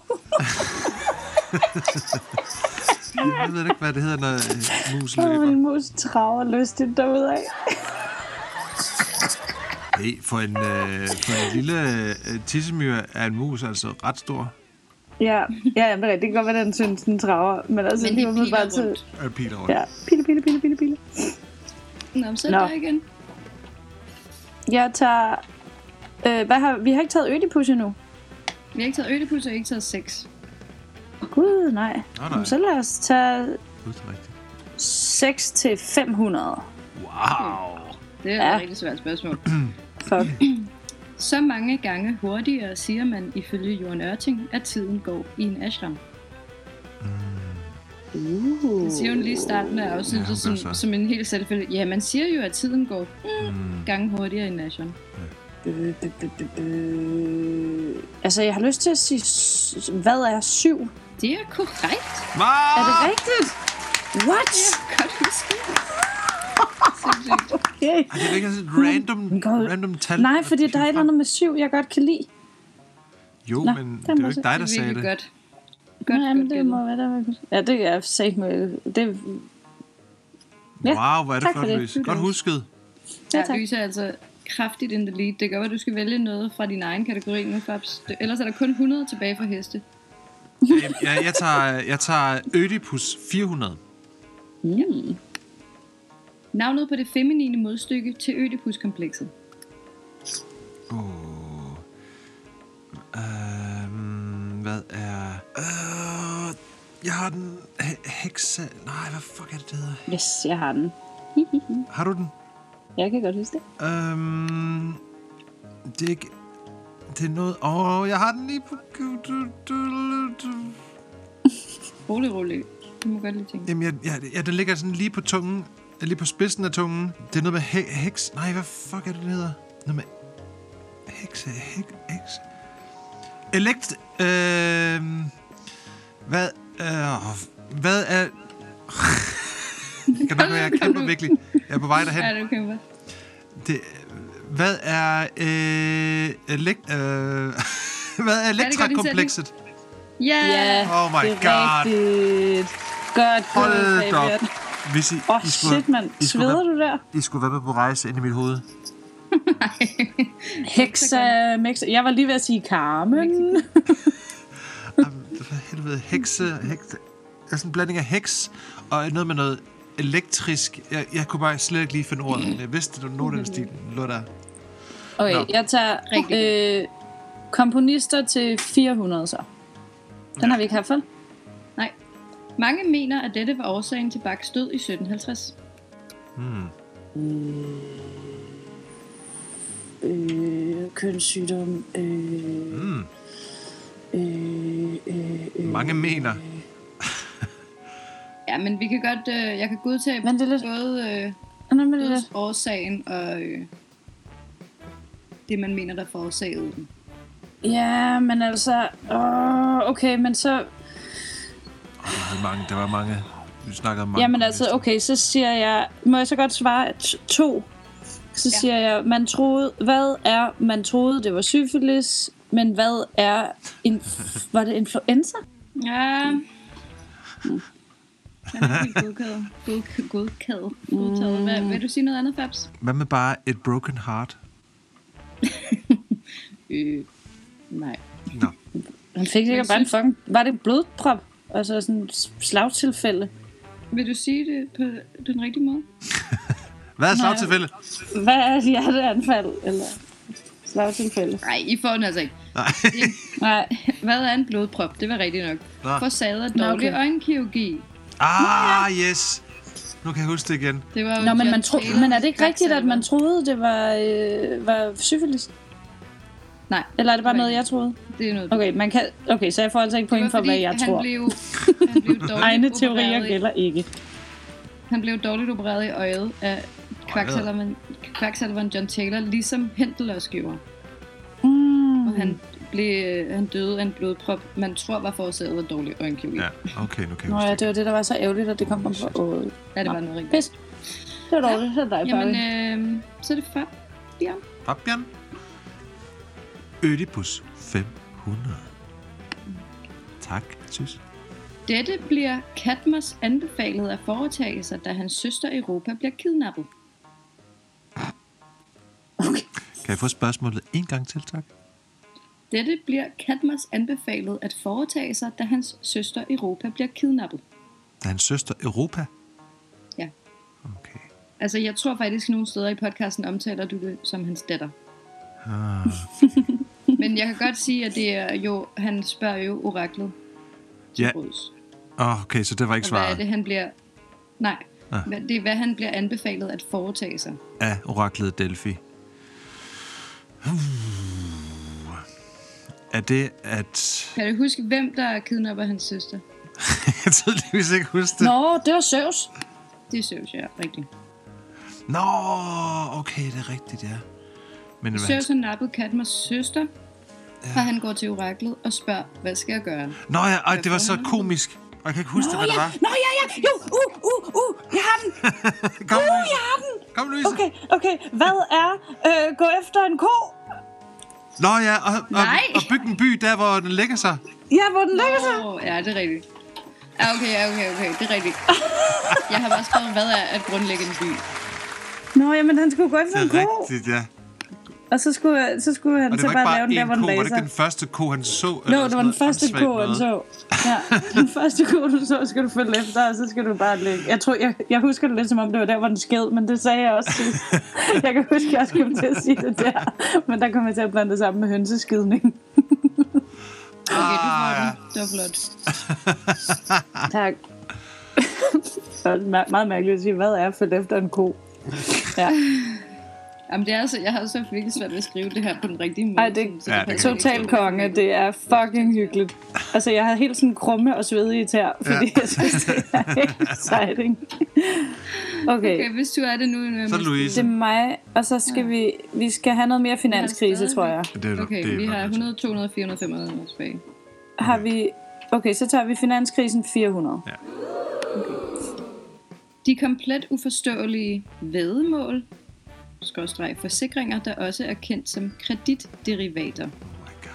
Jeg ved ikke, hvad det hedder, når mus En løber. mus traver lystigt derudad. Hey, for en lille tissemyr er en mus altså ret stor. Ja, det er rigtigt. Det kan godt være, den synes, den traver. Men altså, men de var piler bare til... rundt. Er piler rundt. Ja, pile. Nå, så Nå. der igen. Jeg tager... vi har ikke taget Ødipus endnu. Vi har ikke taget Ødipus, og ikke taget 6. Gud, nej. nej. Jamen, så lad os tage Gud, det er rigtigt. 6 til 500. Wow. Det er Ja. et rigtig svært spørgsmål. Fuck. Så mange gange hurtigere siger man ifølge Jørgen Ørting, at tiden går i en ashram. Det siger hun lige i starten af afsnittet, Ja, hun gør så. som en helt selvfølge. Ja, man siger jo, at tiden går gange hurtigere i en ashram. Altså, jeg har lyst til at sige... Hvad er 7? Det er korrekt. Hvad? Er det rigtigt? What? Ja, godt husket. Sindssygt. Okay. Ej, det er ikke sådan et random tal. Nej, fordi der er et eller andet med 7, jeg godt kan lide. Jo, Nå, men den det er jo må ikke se. dig, Det der er sagde virkelig det. godt. Nej, men det må være der. Ja, det er sagt med... Det... Ja, Wow, hvor er det tak flot, for det. Louise. Godt husket. Ja, Ja, tak. Louise er altså kraftigt in the lead. Det gør, at du skal vælge noget fra din egen kategori nu, Fabs. Ellers er der kun 100 tilbage for heste. Jeg tager Ødipus 400. Navnet på det feminine modstykke til Ødipus-komplekset. Hvad er... jeg har den... Hekse... Nej, hvad fuck er det, det hedder? Yes, jeg har den. Har du den? Jeg kan godt huske det. Det er ikke... Det er noget... jeg har den lige på... Rolig. Du må godt lige tænke. Jamen, den ligger sådan lige på tungen. Lige på spidsen af tungen. Det er noget med heks... Nej, hvad fuck er det, det hedder? Noget med... Hekse... Hvad er... Kan du høre, jeg kæmper virkelig. Jeg er på vej derhen. Ja, det kan være. Hvad er... hvad er Elektra-komplekset? Ja! Oh my det er god. rigtigt. Godt Hold gået, da op. Fabian. Hvis I Shit, mand. Sveder du der? I skulle være med på rejse ind i mit hoved. Hexa, Mexa. Jeg var lige ved at sige Carmen. For helvede, hekse. Det er sådan en blanding af heks og noget med noget elektrisk. Jeg kunne bare slet ikke lige finde ordet, men jeg vidste, at noget af den stil lå der. Okay, Nå. jeg tager komponister til 400 så. Den har vi ikke haft før. Nej. Mange mener, at dette var årsagen til Bachs død i 1750. Kønssygdom. Mange mener. Ja, men vi kan godt... jeg kan godtage Men det er lidt... både dødsårsagen og det, man mener, der forårsagede den. Ja, men altså... okay, men så... Der var mange. Vi snakkede om mange. Jamen altså, okay, så siger jeg... Må jeg så godt svare 2? Så siger jeg, man troede, det var syfilis, men hvad er... var det influenza? Ja. Han er helt godtaget. Hvad, vil du sige noget andet, Fabs? Hvad med bare et broken heart? Nej. Nå. Han fik sikkert bare en fucking... Var det blodprop? Altså sådan et slagtilfælde? Vil du sige det på den rigtige måde? Hvad er slagtilfælde? Hvad er et hjerteanfald? Eller slagtilfælde? Nej, I får den altså ikke. Nej. Hvad er en blodprop? Det var rigtigt nok. Forsaget af dårlig øjenkirurgi. Yes. Nu kan jeg huske det igen. Det var men er det ikke rigtigt, at man troede, det var syfilis? Nej. Eller er det bare noget, jeg troede? Det er noget. Okay, så jeg får altså ikke point for, hvad jeg tror. Han blev dårligt egne teorier gælder ikke. Han blev dårligt opereret i øjet af kvaksalveren John Taylor, ligesom Händel også gjorde. Og han døde af en blodprop, man tror var forårsaget af dårlig øjenkirurgi. Ja, okay, nu kan jeg huske det. Det var det, der var så ærgerligt, at det kom fra øjet. Ja, det var noget rigtigt. Pis. Det var dårligt, det er dig, jamen, så er det Fabian. Ødipus 500. Tak, Sys. Dette bliver Cadmos anbefalet at foretage sig, da hans søster Europa bliver kidnappet. Okay. Kan jeg få spørgsmålet en gang til, tak? Dette bliver Cadmos anbefalet at foretage sig, da hans søster Europa bliver kidnappet. Da hans søster Europa? Ja. Okay. Altså, jeg tror faktisk, nogle steder i podcasten omtaler du det som hans datter. Men jeg kan godt sige, at det er jo, han spørger jo oraklet til råds. Okay, så det var ikke svaret. Hvad er det, han bliver... Nej, det er, hvad han bliver anbefalet at foretage sig. Af oraklet Delphi. Er det at... Kan du huske, hvem der kidnapper hans søster? Jeg tydeligvis ikke huske det. Nå, det var Zeus. Det er Zeus, ja, rigtigt. Nå, okay, det er rigtigt, ja. Men Zeus har nappet Cadmos søster, og han går til oraklet og spørger, hvad skal jeg gøre? Nå ja, det var så komisk. Og jeg kan ikke huske det, hvad det var. Nå ja, jo, jeg har den. Kom, jeg har den. Kom, Louise. Okay, hvad er gå efter en ko? Nå ja, og bygge en by der, hvor den lægger sig. Ja, hvor den lægger sig. Ja, det er rigtigt. Okay, det er rigtigt. Jeg har bare skrevet, hvad er at grundlægge en by. Nå, jamen han skulle gå efter en ko. Det er rigtigt, ja. Og så skulle han så bare lave den der, hvor den lagde sig. Var det ikke den første ko, han så? Nå, det var den første ko, han så. Ja, den første ko, du så, skal du følge efter, og så skal du bare lægge. Jeg husker det lidt, som om det var der, hvor den sked, men det sagde jeg også sidst. Jeg kan huske, at jeg også kom til at sige det der. Men der kom jeg til at blande det sammen med hønseskidning. Okay, du får den. Det var flot. Tak. Det er meget mærkeligt at sige, hvad er følge efter en ko? Ja. Jamen, det er altså, jeg har også virkelig svært ved at skrive det her på den rigtige måde. Ej, det er totalt konge. Det er fucking hyggeligt. Altså, jeg har helt sådan krumme og svedige tær, fordi jeg synes, det er helt exciting. Okay, hvis du er det nu. Så Louise. Det er mig, og så skal vi skal have noget mere finanskrise, tror jeg. Okay, vi har 100, 200, 400, 500 tilbage. Har vi... Okay, så tager vi finanskrisen 400. Ja. Okay. De komplet uforståelige væddemål forsikringer, der også er kendt som kreditderivater. Oh my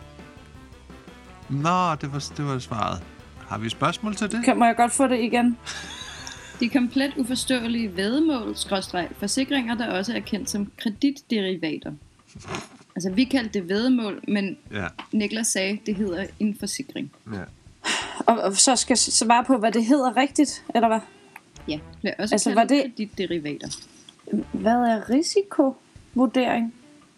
god. Nå, det var svaret. Har vi spørgsmål til det? Må jeg godt få det igen? De komplet uforståelige væddemål forsikringer, der også er kendt som kreditderivater. Altså, vi kaldte det væddemål, men Niklas sagde, det hedder en forsikring. Ja. Og så skal jeg svare på, hvad det hedder rigtigt, eller hvad? Ja, det er også altså, kaldt kreditderivater. Hvad er risikovurdering?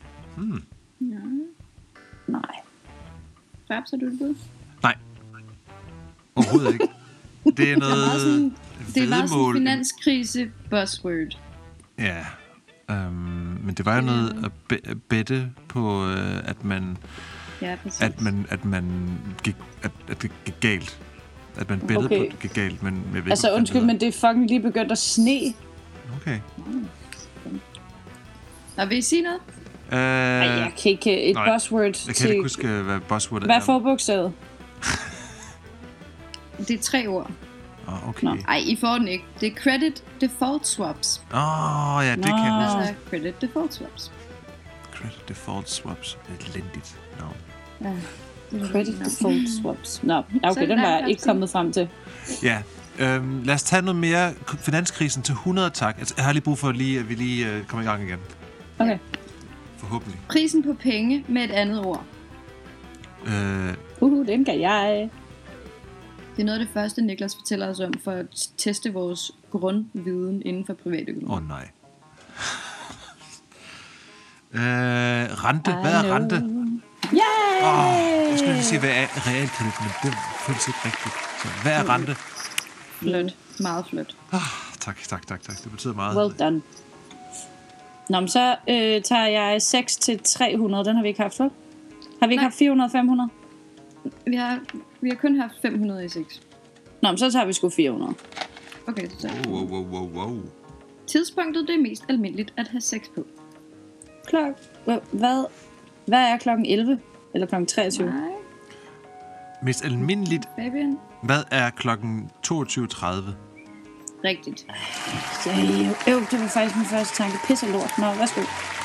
Ja. Nej. Fabs, har du det bud? Nej. Overhovedet ikke. Det er noget det er bare sådan en finanskrise buzzword. Ja. Men det var jo noget at bette på, at man... Ja, præcis. At det gik galt. At man bettede på, at det gik galt. Men jeg ved altså undskyld, men det er fucking lige begyndt at sne. Okay. Nå, vil I sige noget? Jeg kan ikke et buzzword til... Jeg kan ikke huske, hvad buzzwordet er. Hvad er forbogstavet? Det er 3 ord. Okay. Ej, I får den ikke. Det er credit default swaps. Ja, det kan jeg. Altså credit default swaps. Credit default swaps. Elendigt navn. Ja. Credit default swaps. Nå, okay, den var jeg ikke kommet frem til. Ja, Lad os tage noget mere finanskrisen til 100, tak. Altså, jeg har lige brug for, at vi lige kommer i gang igen. Okay. Forhåbentlig. Prisen på penge med et andet ord. Den kan jeg. Det er noget af det første, Niklas fortæller os om, for at teste vores grundviden inden for privatøkonomi. Nej. Rente. Hvad er rente? Yay! Jeg skulle lige sige, hvad er realkredit, men det føles ikke rigtigt. Så, hvad er rente? Flot. Meget flot. Tak. Det betyder meget. Well done. Nå, men så tager jeg 6 til 300. Den har vi ikke haft, vel? Har vi ikke haft 400 500? Vi har kun haft 500 i 6. Nå, men så tager vi sgu 400. Okay, så tager vi. Wow. Tidspunktet, det er mest almindeligt at have sex på. Hvad er klokken 11? Eller klokken 23? Nej. Mest almindeligt. Fabian. Hvad er klokken 22.30? Rigtigt. Det var faktisk min første tanke. Pisse lort. Nå, værsgo.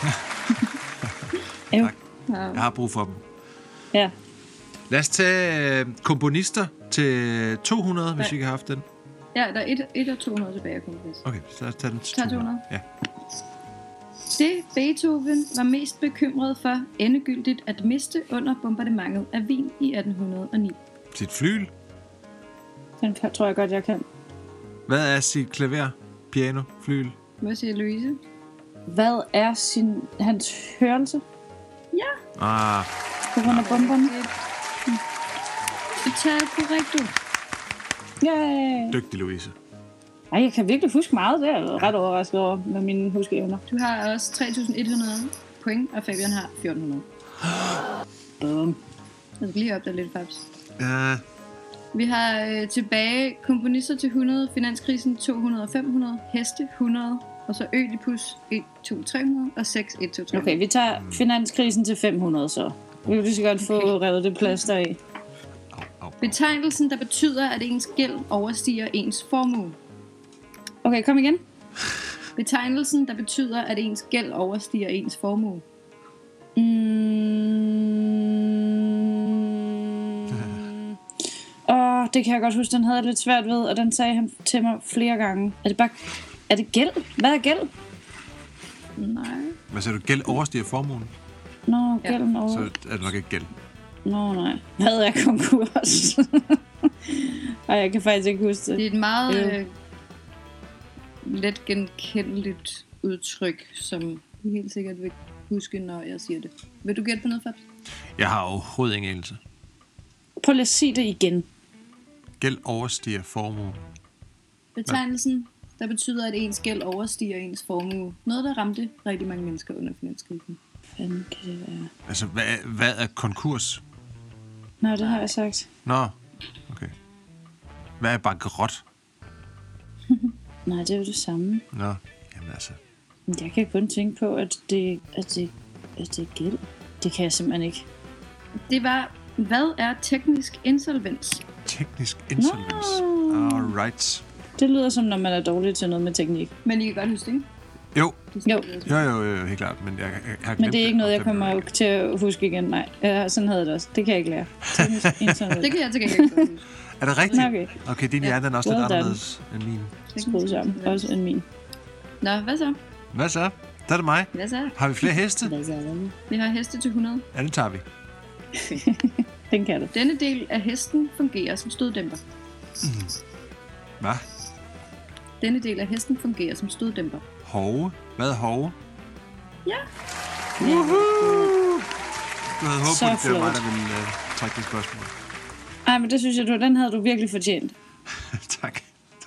Tak. Jeg har brug for dem. Ja. Lad os tage komponister til 200, hvis vi ikke har haft den. Ja, der er 1 og 200 tilbage. Okay, så lad os tage den til 200. Ja. Det Beethoven var mest bekymret for endegyldigt at miste under bombardementet af Wien i 1809. Sit flyl. Den tror jeg godt, jeg kan. Hvad er sit klaver, piano, flyl? Hvad siger Louise? Hvad er hans hørelse? Ja. På grund af bomberne? Totalt korrekt. Yay! Dygtig, Louise. Ej, jeg kan virkelig huske meget. Det er jeg ret overrasket over med mine huskeevner. Du har også 3.100 point, og Fabian har 1.400. Bum. Jeg skal lige opdage lidt, Fabs. Ja. Vi har tilbage komponister til 100, finanskrisen 200 og 500, heste 100, og så Ødipus 1, 2, 300 og 6, 1, 2, 300. Okay, vi tager finanskrisen til 500 så. Vi vil lige så godt få revet det plaster af. Betegnelsen, der betyder, at ens gæld overstiger ens formue. Okay, kom igen. Betegnelsen, der betyder, at ens gæld overstiger ens formue. Det kan jeg godt huske, den havde jeg lidt svært ved, og den sagde han til mig flere gange. Er det gæld? Hvad er gæld? Nej. Hvad siger du? Gæld overstiger formuen? Nå, gælden over. Så er det nok ikke gæld. Nå, nej. Hvad er konkurs? Ej, jeg kan faktisk ikke huske det. Det er et meget let genkendeligt udtryk, som I helt sikkert vil huske, når jeg siger det. Vil du gætte på noget, Fabs? Jeg har overhovedet ingen anelse. Prøv lige at sige det igen. Gæld overstiger formue. Betegnelsen, der betyder, at ens gæld overstiger ens formue. Noget, der ramte rigtig mange mennesker under finanskrisen. Hvad fanden kan det være? Altså, hvad er konkurs? Nå, det har jeg sagt. Nå, okay. Hvad er bankerot? Nej, det er jo det samme. Nå, jamen altså. Jeg kan kun tænke på, at det er gæld. Det kan jeg simpelthen ikke. Det var, hvad er teknisk insolvens? Teknisk insolvens. Alright. Det lyder som, når man er dårlig til noget med teknik. Men I kan godt huske det, ikke? Jo, Jo. helt klart. Men jeg har glemt Men det er ikke noget, jeg kommer til at huske igen. Nej, sådan havde jeg det også. Det kan jeg ikke lære. Teknisk insolvens. Det kan jeg til gengæld ikke huske. Er det rigtigt? Okay. Okay, din hjerne er også Well lidt done. anderledes end min. Skruet sammen. Også end min. Nå, hvad så? Hvad så? Der er det mig. Hvad så? Har vi flere heste? Vi har heste til 100. Ja, det tager vi. Den kan du. Denne del af hesten fungerer som støddæmper. Hvad? Denne del af hesten fungerer som støddæmper. Hove? Hvad er hove? Ja. Woohoo! Du havde håbet, Så at det var mig, flot. der ville trække det spørgsmål. Ej, men det synes jeg, den havde du virkelig fortjent. Tak.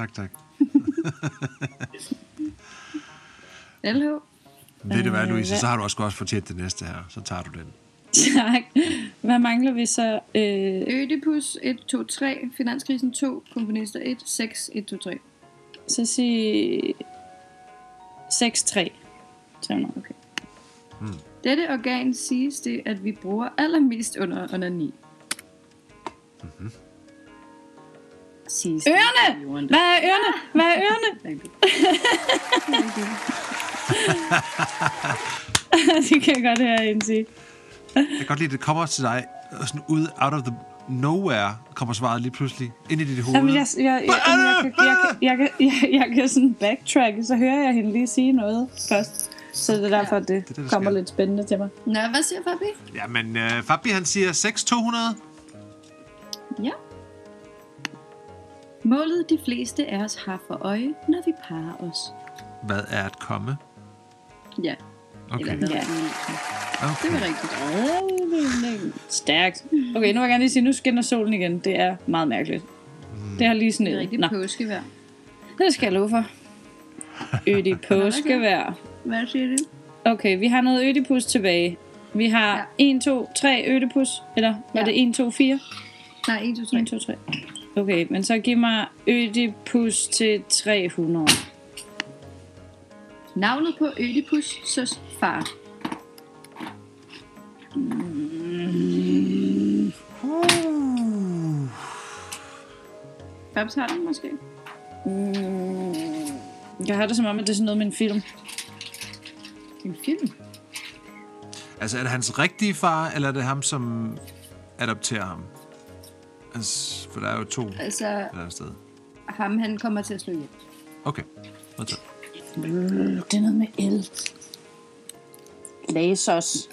LH. Ved du hvad, Louise? Så har du også fortjent det næste her. Så tager du den. Tak. Hvad mangler vi så? Ødipus 1, 2, 3. Finanskrisen 2. Komponister 1. 6, 1, 2, 3. Så sig 6, 3. 300. Okay. Dette organ siges det, at vi bruger allermest under onani. Siges det. Ørerne! Hvad er ørerne? Hvad er ørerne? Rigtigt. Det kan jeg godt høre hende sige. Jeg kan godt lide, at det kommer til dig sådan ud out of the nowhere kommer svaret lige pludselig ind i dit hoved. Jamen, jeg kan sådan backtracke, så hører jeg hende lige sige noget først. Så det er derfor, det kommer lidt spændende til mig. Nå, hvad siger Fabi? Jamen, Fabi han siger 6.200. Ja. Målet de fleste af os har for øje, når vi parer os. Hvad er at komme? Ja. Okay. Eller Ja. Det var rigtigt. Stærkt. Okay, nu vil jeg gerne lige sige, nu skinner solen igen. Det er meget mærkeligt. Det har lige sådan Det er et. rigtig påskevejr. Det skal jeg love for. Ødip påskevejr. Hvad siger du? Okay, vi har noget ødipus tilbage. Vi har 1, 2, 3 ødipus. Eller var det 1, 2, 4? Nej, 1, 2, 3. 1, 2, 3. Okay, men så giv mig ødipus til 300. Navnet på Ødipus' far. Babs har den måske? Jeg har det som om, at det er sådan noget med en film. En film? Altså, er det hans rigtige far, eller er det ham, som adopterer ham? Altså, for der er jo to Altså, et eller andet sted. ham han kommer til at slå ihjel. Okay, modtaget. Det er noget med el. Lasers.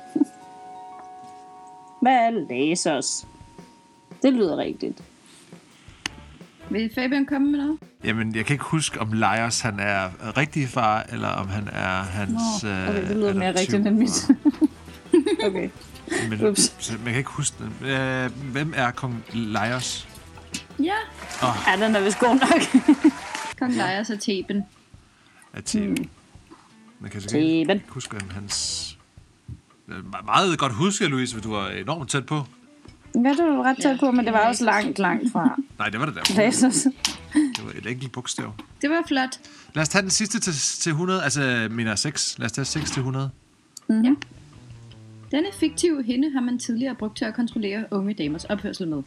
Hvad er lasers? Det lyder rigtigt. Vil Fabian komme med noget? Jamen, jeg kan ikke huske, om Laios han er rigtig far, eller om han er hans Okay, det lyder mere rigtigt end mit. Okay. Men man kan ikke huske den. Hvem er kong Laios? Ja. Ja, den er vist god nok. Kong Laios og Theben. Af Theben. Man kan så ikke huske, om hans... Meget godt huske, Louise, for du var enormt tæt på. Ja, det var ret tæt på, men det var også langt fra. Nej, det var det der. Lasers. Det var et enkelt bogstav. Det var flot. Lad os tage den sidste til 100. Altså, mener 6. Lad os tage 6 til 100. Mm-hmm. Ja. Denne fiktive hende har man tidligere brugt til at kontrollere unge damers opførsel med.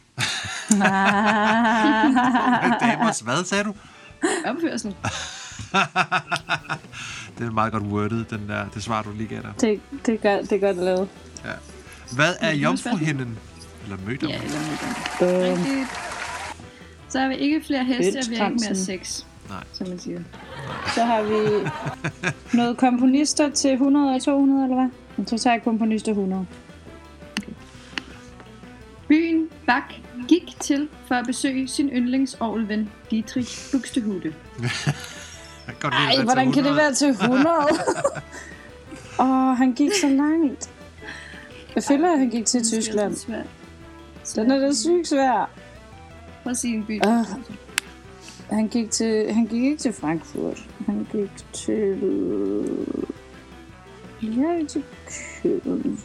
Damers, hvad sagde du? Opførsel. Det er meget godt wordet, den der, det svar, du lige gav dig. Det er godt lavet. Ja. Hvad er jomfruhinden? Eller mødom? Ja, eller mødom. Rigtigt. Så har vi ikke flere heste, og vi har ikke mere sex. Nej. Som man siger. Så har vi noget komponister til 100 og 200, eller hvad? Så tager jeg komponister 100. Okay. Byen Bak gik til for at besøge sin yndlingsorgelven Dietrich Buxtehude. Ej, hvordan kan det være til 100? Han gik så langt. Jeg føler, at han gik til Tyskland. Den er da sygt svær. Prøv at sige en by. Han gik ikke til Frankfurt. Han gik til... til Køln.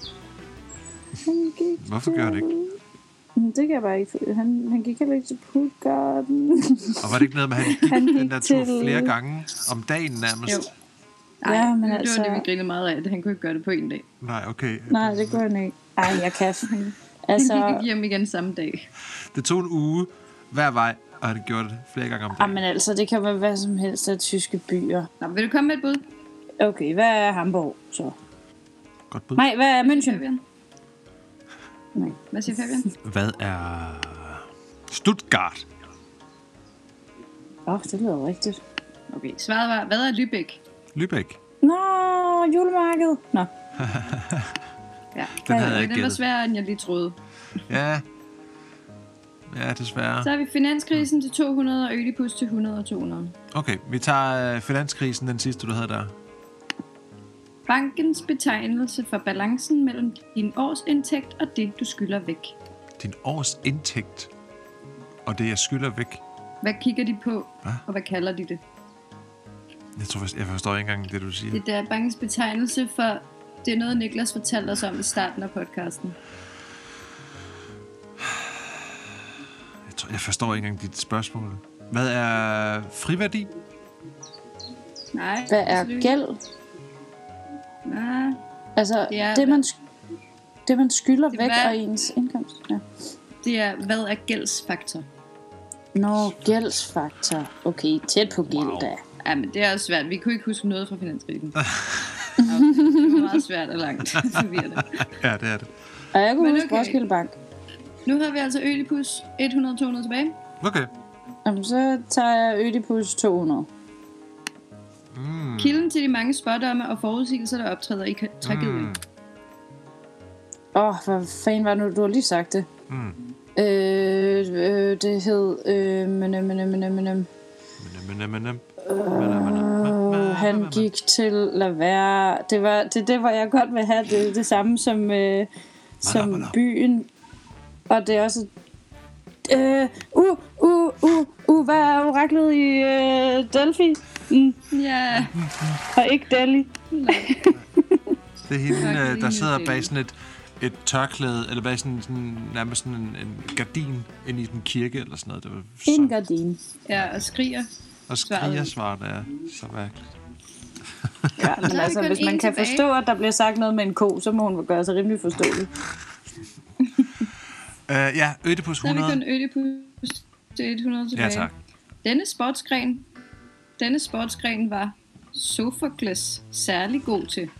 Hvorfor gør han ikke? Det kan jeg bare ikke. Han gik heller ikke til Puttgarden. Og var det ikke noget med, at han gik den der tur flere gange om dagen nærmest? Jo. Nej, ja, men det altså... var det, vi grinede meget af. Han kunne ikke gøre det på en dag. Nej, okay. Nej, det kunne han ikke. Ej, jeg kan. Altså... Han gik hjem igen samme dag. Det tog en uge hver vej, og han gjorde det flere gange om dagen. Men altså, det kan være hvad som helst af tyske byer. Nå, vil du komme med et bud? Okay, hvad er Hamburg så? Godt bud. Nej, hvad er München? Nej. Hvad siger Fabian? Hvad er Stuttgart? Det lyder rigtigt. Okay, svaret var, hvad er Lübeck? Lübeck. Nå, julemarked. Nå. Ja, den havde jeg ikke den var gættet. sværere, end jeg lige troede. Ja, desværre. Så har vi finanskrisen til 200 og Ødipus til 100 og 200. Okay, vi tager finanskrisen, den sidste, du havde der. Bankens betegnelse for balancen mellem din årsindtægt og det, du skylder væk. Din årsindtægt og det, jeg skylder væk. Hvad kigger de på, og hvad kalder de det? Jeg forstår ikke engang det, du siger. Det er bankens betegnelse for... Det er noget, Niklas fortalte os om i starten af podcasten. Jeg forstår ikke engang dit spørgsmål. Hvad er friværdi? Nej. Hvad er gæld? Nej. Altså, det man skylder væk af ens indkomst. Ja. Det er, hvad er gældsfaktor? Nå, gældsfaktor. Okay, tæt på gæld da. Ja, men det er også svært. Vi kunne ikke huske noget fra finanskrisen. Det var meget svært og langt. Ja, det er det. Og jeg kunne huske Roskilde Bank. Nu har vi altså Ødipus 100-200 tilbage. Okay. Jamen, så tager jeg Ødipus 200. Kilden til de mange spådomme og forudsigelser, der optræder i tragedien. Hvad fanden var det nu? Du har lige sagt det. Det hed... Han gik til Lavær. Det var jeg godt vil have. Det er det samme som byen. Og det er også... hvad er oraklet i Delphi? Ja. Og ikke Delhi. Det er hende, der sidder bag sådan et tørklæde, eller bag sådan nærmest sådan en gardin ind i en kirke, eller sådan noget. Det var en gardin. Ja, og skriger. Og skriger svaret er så mærkeligt. Ja, men altså, hvis man kan forstå, at der bliver sagt noget med en ko, så må hun gøre sig rimelig forståelig. Ja, Ødipus 100. Så er vi kun Ødipus til 100 tilbage. Ja, tak. Denne sportsgren var Sophokles særlig god til.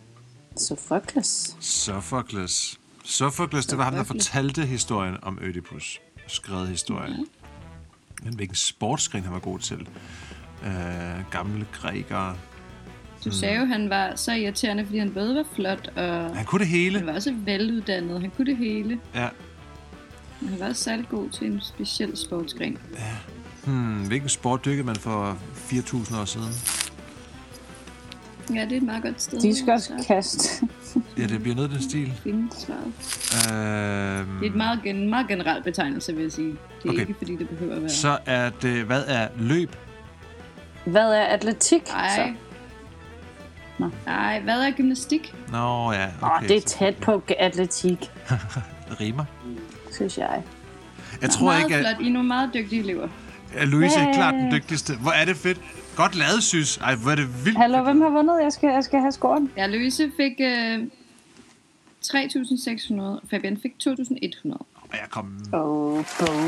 Sophokles, det var ham, der fortalte historien om Ødipus. Skrevet historien. Men hvilken sportsgren han var god til? Gamle grækere. Du sagde jo, han var så irriterende, fordi han både var flot og... Han kunne det hele. Han var også veluddannet. Han kunne det hele. Ja. Men han var også særlig god til en speciel sportsgren. Ja. Hvilken sport dykkede man for 4.000 år siden? Ja, det er et meget godt sted. Diskoskast. Ja, det bliver noget af den stil. Det er et meget generelt betegnelse, vil jeg sige. Det er ikke, fordi det behøver at være... Så er det... Hvad er løb? Hvad er atletik? Nej, hvad er gymnastik? Nå, ja. Okay. Det er tæt på atletik. Rimer. Synes jeg. Jeg tror ikke, at... Flot. I er nogle meget dygtige elever. Louise er klart den dygtigste. Hvor er det fedt. Godt lavet, synes. Ej, hvor er det vildt. Hallo, hvem har vundet? Jeg skal have scoren. Ja, Louise fik 3.600, og Fabian fik 2.100. Og jeg kom... Boom.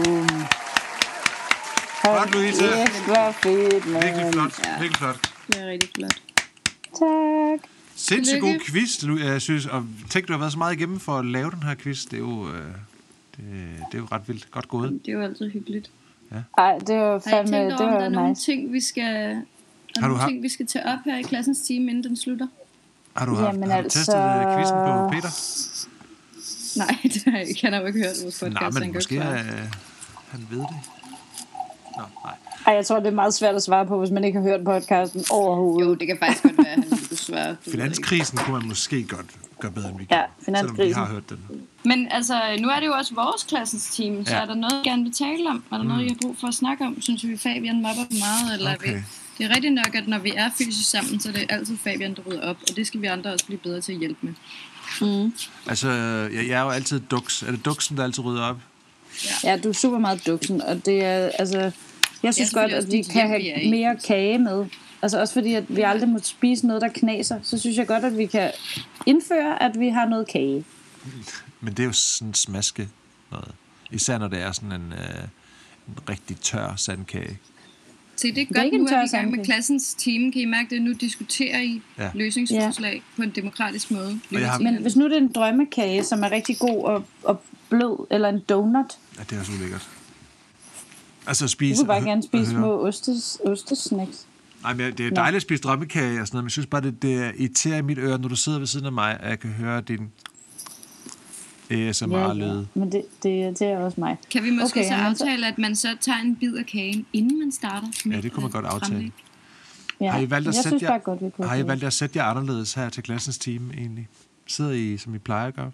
Godt, Louise. Det var fedt, man. Virkelig flot. Ja. Virkelig flot. Det er rigtig flot. Tak. Sindssygt god quiz, jeg synes. Og tænk, du har været så meget igennem for at lave den her quiz. Det er jo ret vildt. Godt gået. Det er jo altid hyggeligt. Ja. Ej, det var fandme... Har I tænkt over, om der er nogle nice. ting, vi skal... ting, vi skal tage op her i klassens time, inden den slutter? Har du testet quizzen på Peter? Nej, det har jeg ikke. Han har jo ikke hørt vores podcast. Nej, men måske han ved det. Nå, nej. Ej, jeg tror, det er meget svært at svare på, hvis man ikke har hørt podcasten overhovedet. Jo, det kan faktisk godt være, at han ville kunne svare. Finanskrisen kunne man måske godt gøre bedre, end vi kan. Ja, finanskrisen. Selvom vi har hørt den. Men altså, nu er det jo også vores klassens team, så er der noget, I gerne vil tale om? Er der noget, I har brug for at snakke om? Synes vi, Fabian mobber for meget? Eller okay. Det er rigtigt nok, at når vi er fysisk sammen, så er det altid Fabian, der rydder op. Og det skal vi andre også blive bedre til at hjælpe med. Altså, jeg er jo altid duks. Er det duksen, der altid rydder op? Ja, du er super meget duksen, og det er, altså... Jeg synes godt, at vi kan have mere kage med. Altså også fordi, at vi aldrig må spise noget, der knaser. Så synes jeg godt, at vi kan indføre, at vi har noget kage. Men det er jo sådan smaske noget. Især når det er sådan en rigtig tør sandkage. Se, det er godt, nu er vi i gang med klassens team. Kan I mærke det? Nu diskuterer I løsningsforslag på en demokratisk måde. Men hvis nu det er en drømmekage, som er rigtig god og blød, eller en donut. Ja, det er også ulækkert. Altså at spise... Du vil bare gerne spise små ostesnacks. Nej, men det er dejligt at spise drømmekage og sådan noget, men jeg synes bare, det irriterer i mit øre, når du sidder ved siden af mig, og jeg kan høre din ASMR-lyd. Men det irriterer også mig. Kan vi måske så aftale, at man så tager en bid af kagen, inden man starter? Ja, det kunne man godt aftale. Ja. Har I valgt at sætte jer anderledes her til klassens team, egentlig? Sidder I, som I plejer at gøre?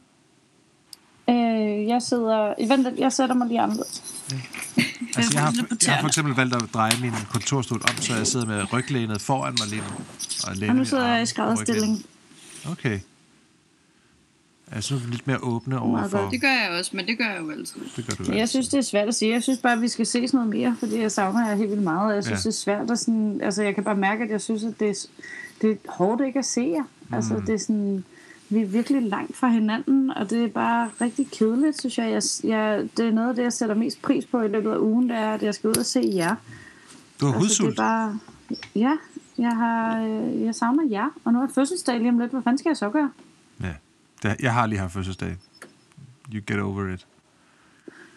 Jeg sætter mig lige anderledes. Ja. Altså, jeg har for eksempel valgt at dreje min kontorstol om, så jeg sidder med ryglænet foran mig lige nu. Og nu sidder jeg i skrædderstilling. Okay. Altså, nu er vi lidt mere åbne overfor... Det gør jeg også, men det gør jeg jo altid. Det gør du jeg synes, det er svært at sige. Jeg synes bare, at vi skal ses noget mere, fordi jeg savner jer helt vildt meget. Og jeg synes, det er svært at sådan... Altså, jeg kan bare mærke, at jeg synes, at det er hårdt ikke at se jer. Altså, det er sådan... Vi er virkelig langt fra hinanden, og det er bare rigtig kedeligt, synes jeg. Det er noget af det, jeg sætter mest pris på i løbet af ugen, det er, at jeg skal ud og se jer. Du har hudsult? Det er bare... Ja, jeg savner jer, og nu er fødselsdag lige om lidt. Hvad fanden skal jeg så gøre? Ja, jeg har lige haft fødselsdag. You get over it.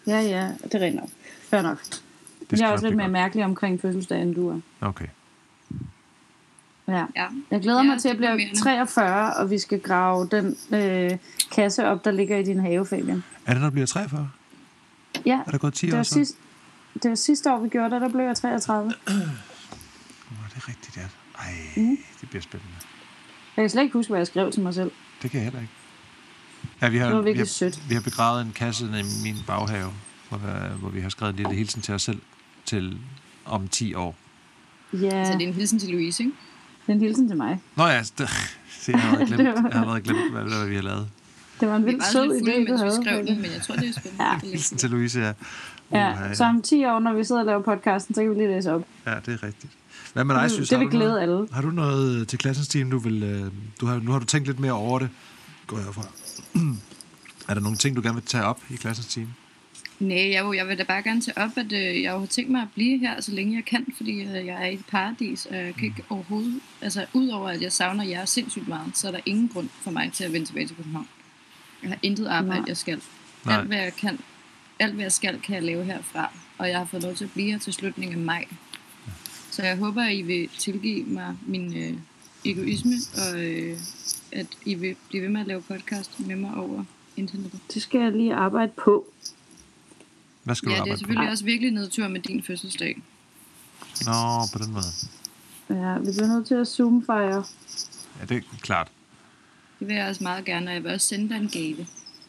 Ja, det er rent nok. Fair nok. Jeg er også lidt mere mærkelig omkring fødselsdagen, end du er. Okay. Ja. Jeg glæder mig til at blive 43, og vi skal grave den kasse op, der ligger i din have, Fabian. Er det, når du bliver 43? Ja. Er der gået 10 år så? Det var sidste år, vi gjorde det, der blev jeg 33. Det er rigtigt, ja. Ej, det bliver spændende. Jeg kan slet ikke huske, hvad jeg skrev til mig selv. Det kan jeg heller ikke. Ja, det var virkelig sødt. Vi har begravet en kasse i min baghave, hvor vi har skrevet en lille hilsen til os selv til om 10 år. Ja. Så det er en hilsen til Louise, ikke? Det er en hilsen til mig. Nå ja, jeg har allerede glemt, hvad vi har lavet. Det var en vildt sød idé, du havde. Vi skrev den, men jeg tror, det er spændende. Ja, hilsen til Louise, ja. Ja, så om 10 år, når vi sidder og laver podcasten, så kan vi lige læse op. Ja, det er rigtigt. Hvad med dig, synes? Det vil glæde alle. Har du noget til klassens team, du vil... Nu har du tænkt lidt mere over det, går jeg fra. Er der nogle ting, du gerne vil tage op i klassens team? Nej, jeg vil da bare gerne tage op, at jeg har tænkt mig at blive her, så længe jeg kan, fordi jeg er i et paradis, og jeg kan ikke overhovedet... Altså, udover at jeg savner jer sindssygt meget, så er der ingen grund for mig til at vende tilbage til København. Jeg har intet arbejde, jeg skal. Alt, hvad jeg skal, kan jeg lave herfra, og jeg har fået lov til at blive her til slutningen af maj. Så jeg håber, at I vil tilgive mig min egoisme, og at I vil blive ved med at lave podcast med mig over internettet. Det skal jeg lige arbejde på. Hvad skal du arbejde på? Det er selvfølgelig også virkelig nedtur med din fødselsdag. Nå, på den måde. Ja, vi bliver nødt til at zoom-fejre. Ja, det er klart. Det vil jeg også meget gerne, og jeg vil også sende dig en gave.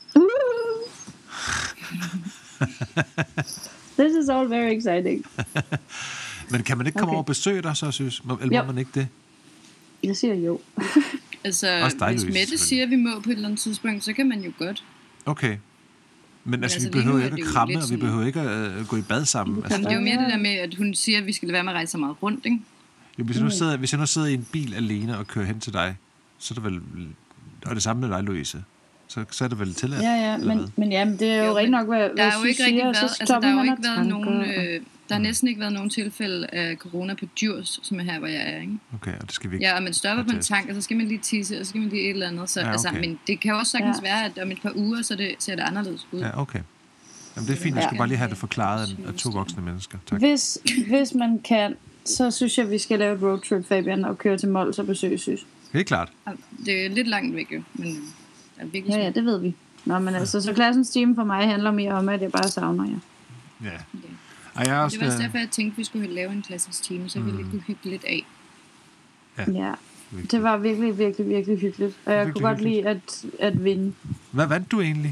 This is all very exciting. Men kan man ikke komme over og besøge dig, så synes? Eller må man ikke det? Jeg siger jo. Altså, hvis Mette siger, at vi må på et eller andet tidspunkt, så kan man jo godt. Okay. Men altså, vi behøver ikke at kramme, og vi behøver ikke at gå i bad sammen. Altså, det er jo mere det der med, at hun siger, at vi skal lade være med at rejse så meget rundt, ikke? Jo, hvis jeg nu sidder i en bil alene og kører hen til dig, så er det vel... Og det samme med dig, Louise. Så er det vel tilladt? Ja, men jamen, det er jo rigtig nok, hvad der er jo ikke siger, der har jo ikke været nogen... Der har næsten ikke været nogen tilfælde af corona på Djurs, som er her, hvor jeg er, ikke? Okay, og det skal vi ikke... Ja, og man stopper på en tank, og så skal man lige tisse, og så skal man lige et eller andet. Så, altså, men det kan også sagtens være, at om et par uger, så ser det anderledes ud. Ja, okay. Jamen, det er fint, jeg skal bare lige have det forklaret af 2 voksne mennesker. Tak. Hvis man kan, så synes jeg, vi skal lave et roadtrip, Fabian, og køre til Mols og besøge Sys. Det er klart. Det er lidt langt væk, jo, men det er virkelig ja, det ved vi. Nå, men altså, så klassens team for mig handler mere om, at jeg bare savner jer. Ja. Det var også derfor, jeg tænkte, at vi skulle lave en klassens team, så vi lige kunne hygge lidt af. Ja, det var virkelig, virkelig, virkelig hyggeligt. Og jeg kunne godt lide at vinde. Hvad vandt du egentlig?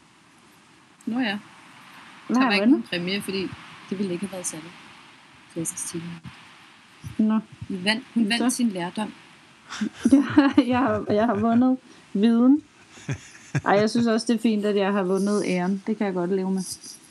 Nå ja. Der var ikke en præmie, fordi det ville ikke have været særligt. Klassens team. Nå. Hun vandt sin lærdom. jeg har vundet viden. Ej, jeg synes også, det er fint, at jeg har vundet æren. Det kan jeg godt leve med.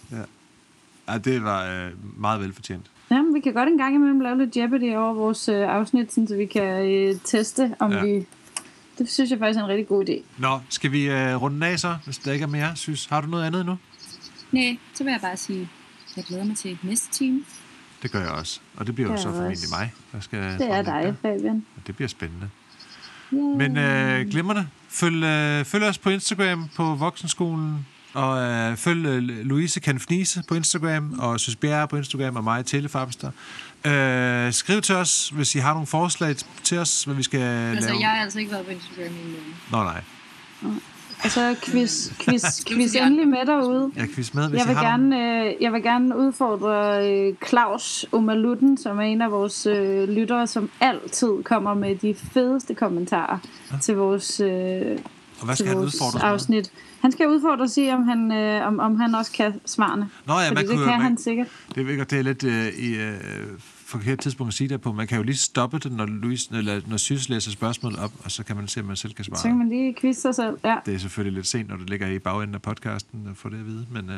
Ja, det var meget velfortjent. Jamen, vi kan godt en gang imellem lave lidt Jeopardy over vores afsnit, så vi kan teste, om vi... Det synes jeg faktisk er en rigtig god idé. Nå, skal vi runde af så, hvis der ikke er mere, synes? Har du noget andet nu? Nej, så vil jeg bare sige, at jeg glæder mig til næste time. Det gør jeg også. Og det bliver jo så formentlig mig, der skal... Det er dig, Fabian. Og det bliver spændende. Yeah. Men glimrende. Følg os på Instagram på Voksenskolen. Og følg Louise kan fnise på Instagram, og Søs Bjerre på Instagram, og mig, Telefabster. Skriv til os, hvis I har nogle forslag til os, hvad vi skal lave. Jeg har altså ikke været på Instagram i en måned. Nå, nej. Og så quiz endelig med derude. Ja, quiz med, hvis jeg vil gerne udfordre Claus Omalutten, som er en af vores lyttere, som altid kommer med de fedeste kommentarer til vores, og hvad skal han udfordre afsnit. Han skal udfordre og sige, om han også kan svarene. Nå ja, det kan han sikkert. Det er lidt i forkert tidspunkt at sige det på. Man kan jo lige stoppe det, når Sys læser spørgsmål op, og så kan man se, om man selv kan svare. Så kan man lige quizze sig selv, ja. Det er selvfølgelig lidt sent, når det ligger i bagenden af podcasten, at få det at vide, men...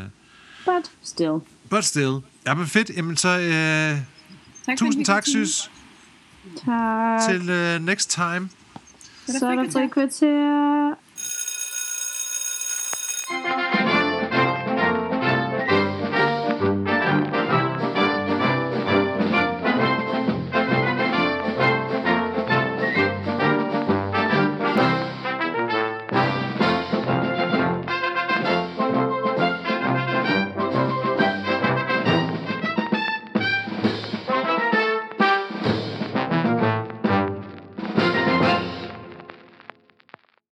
But still. Ja, men fedt. Jamen så... tusind tak, Sys. Tak. Til next time. Så er der 3 kvarter.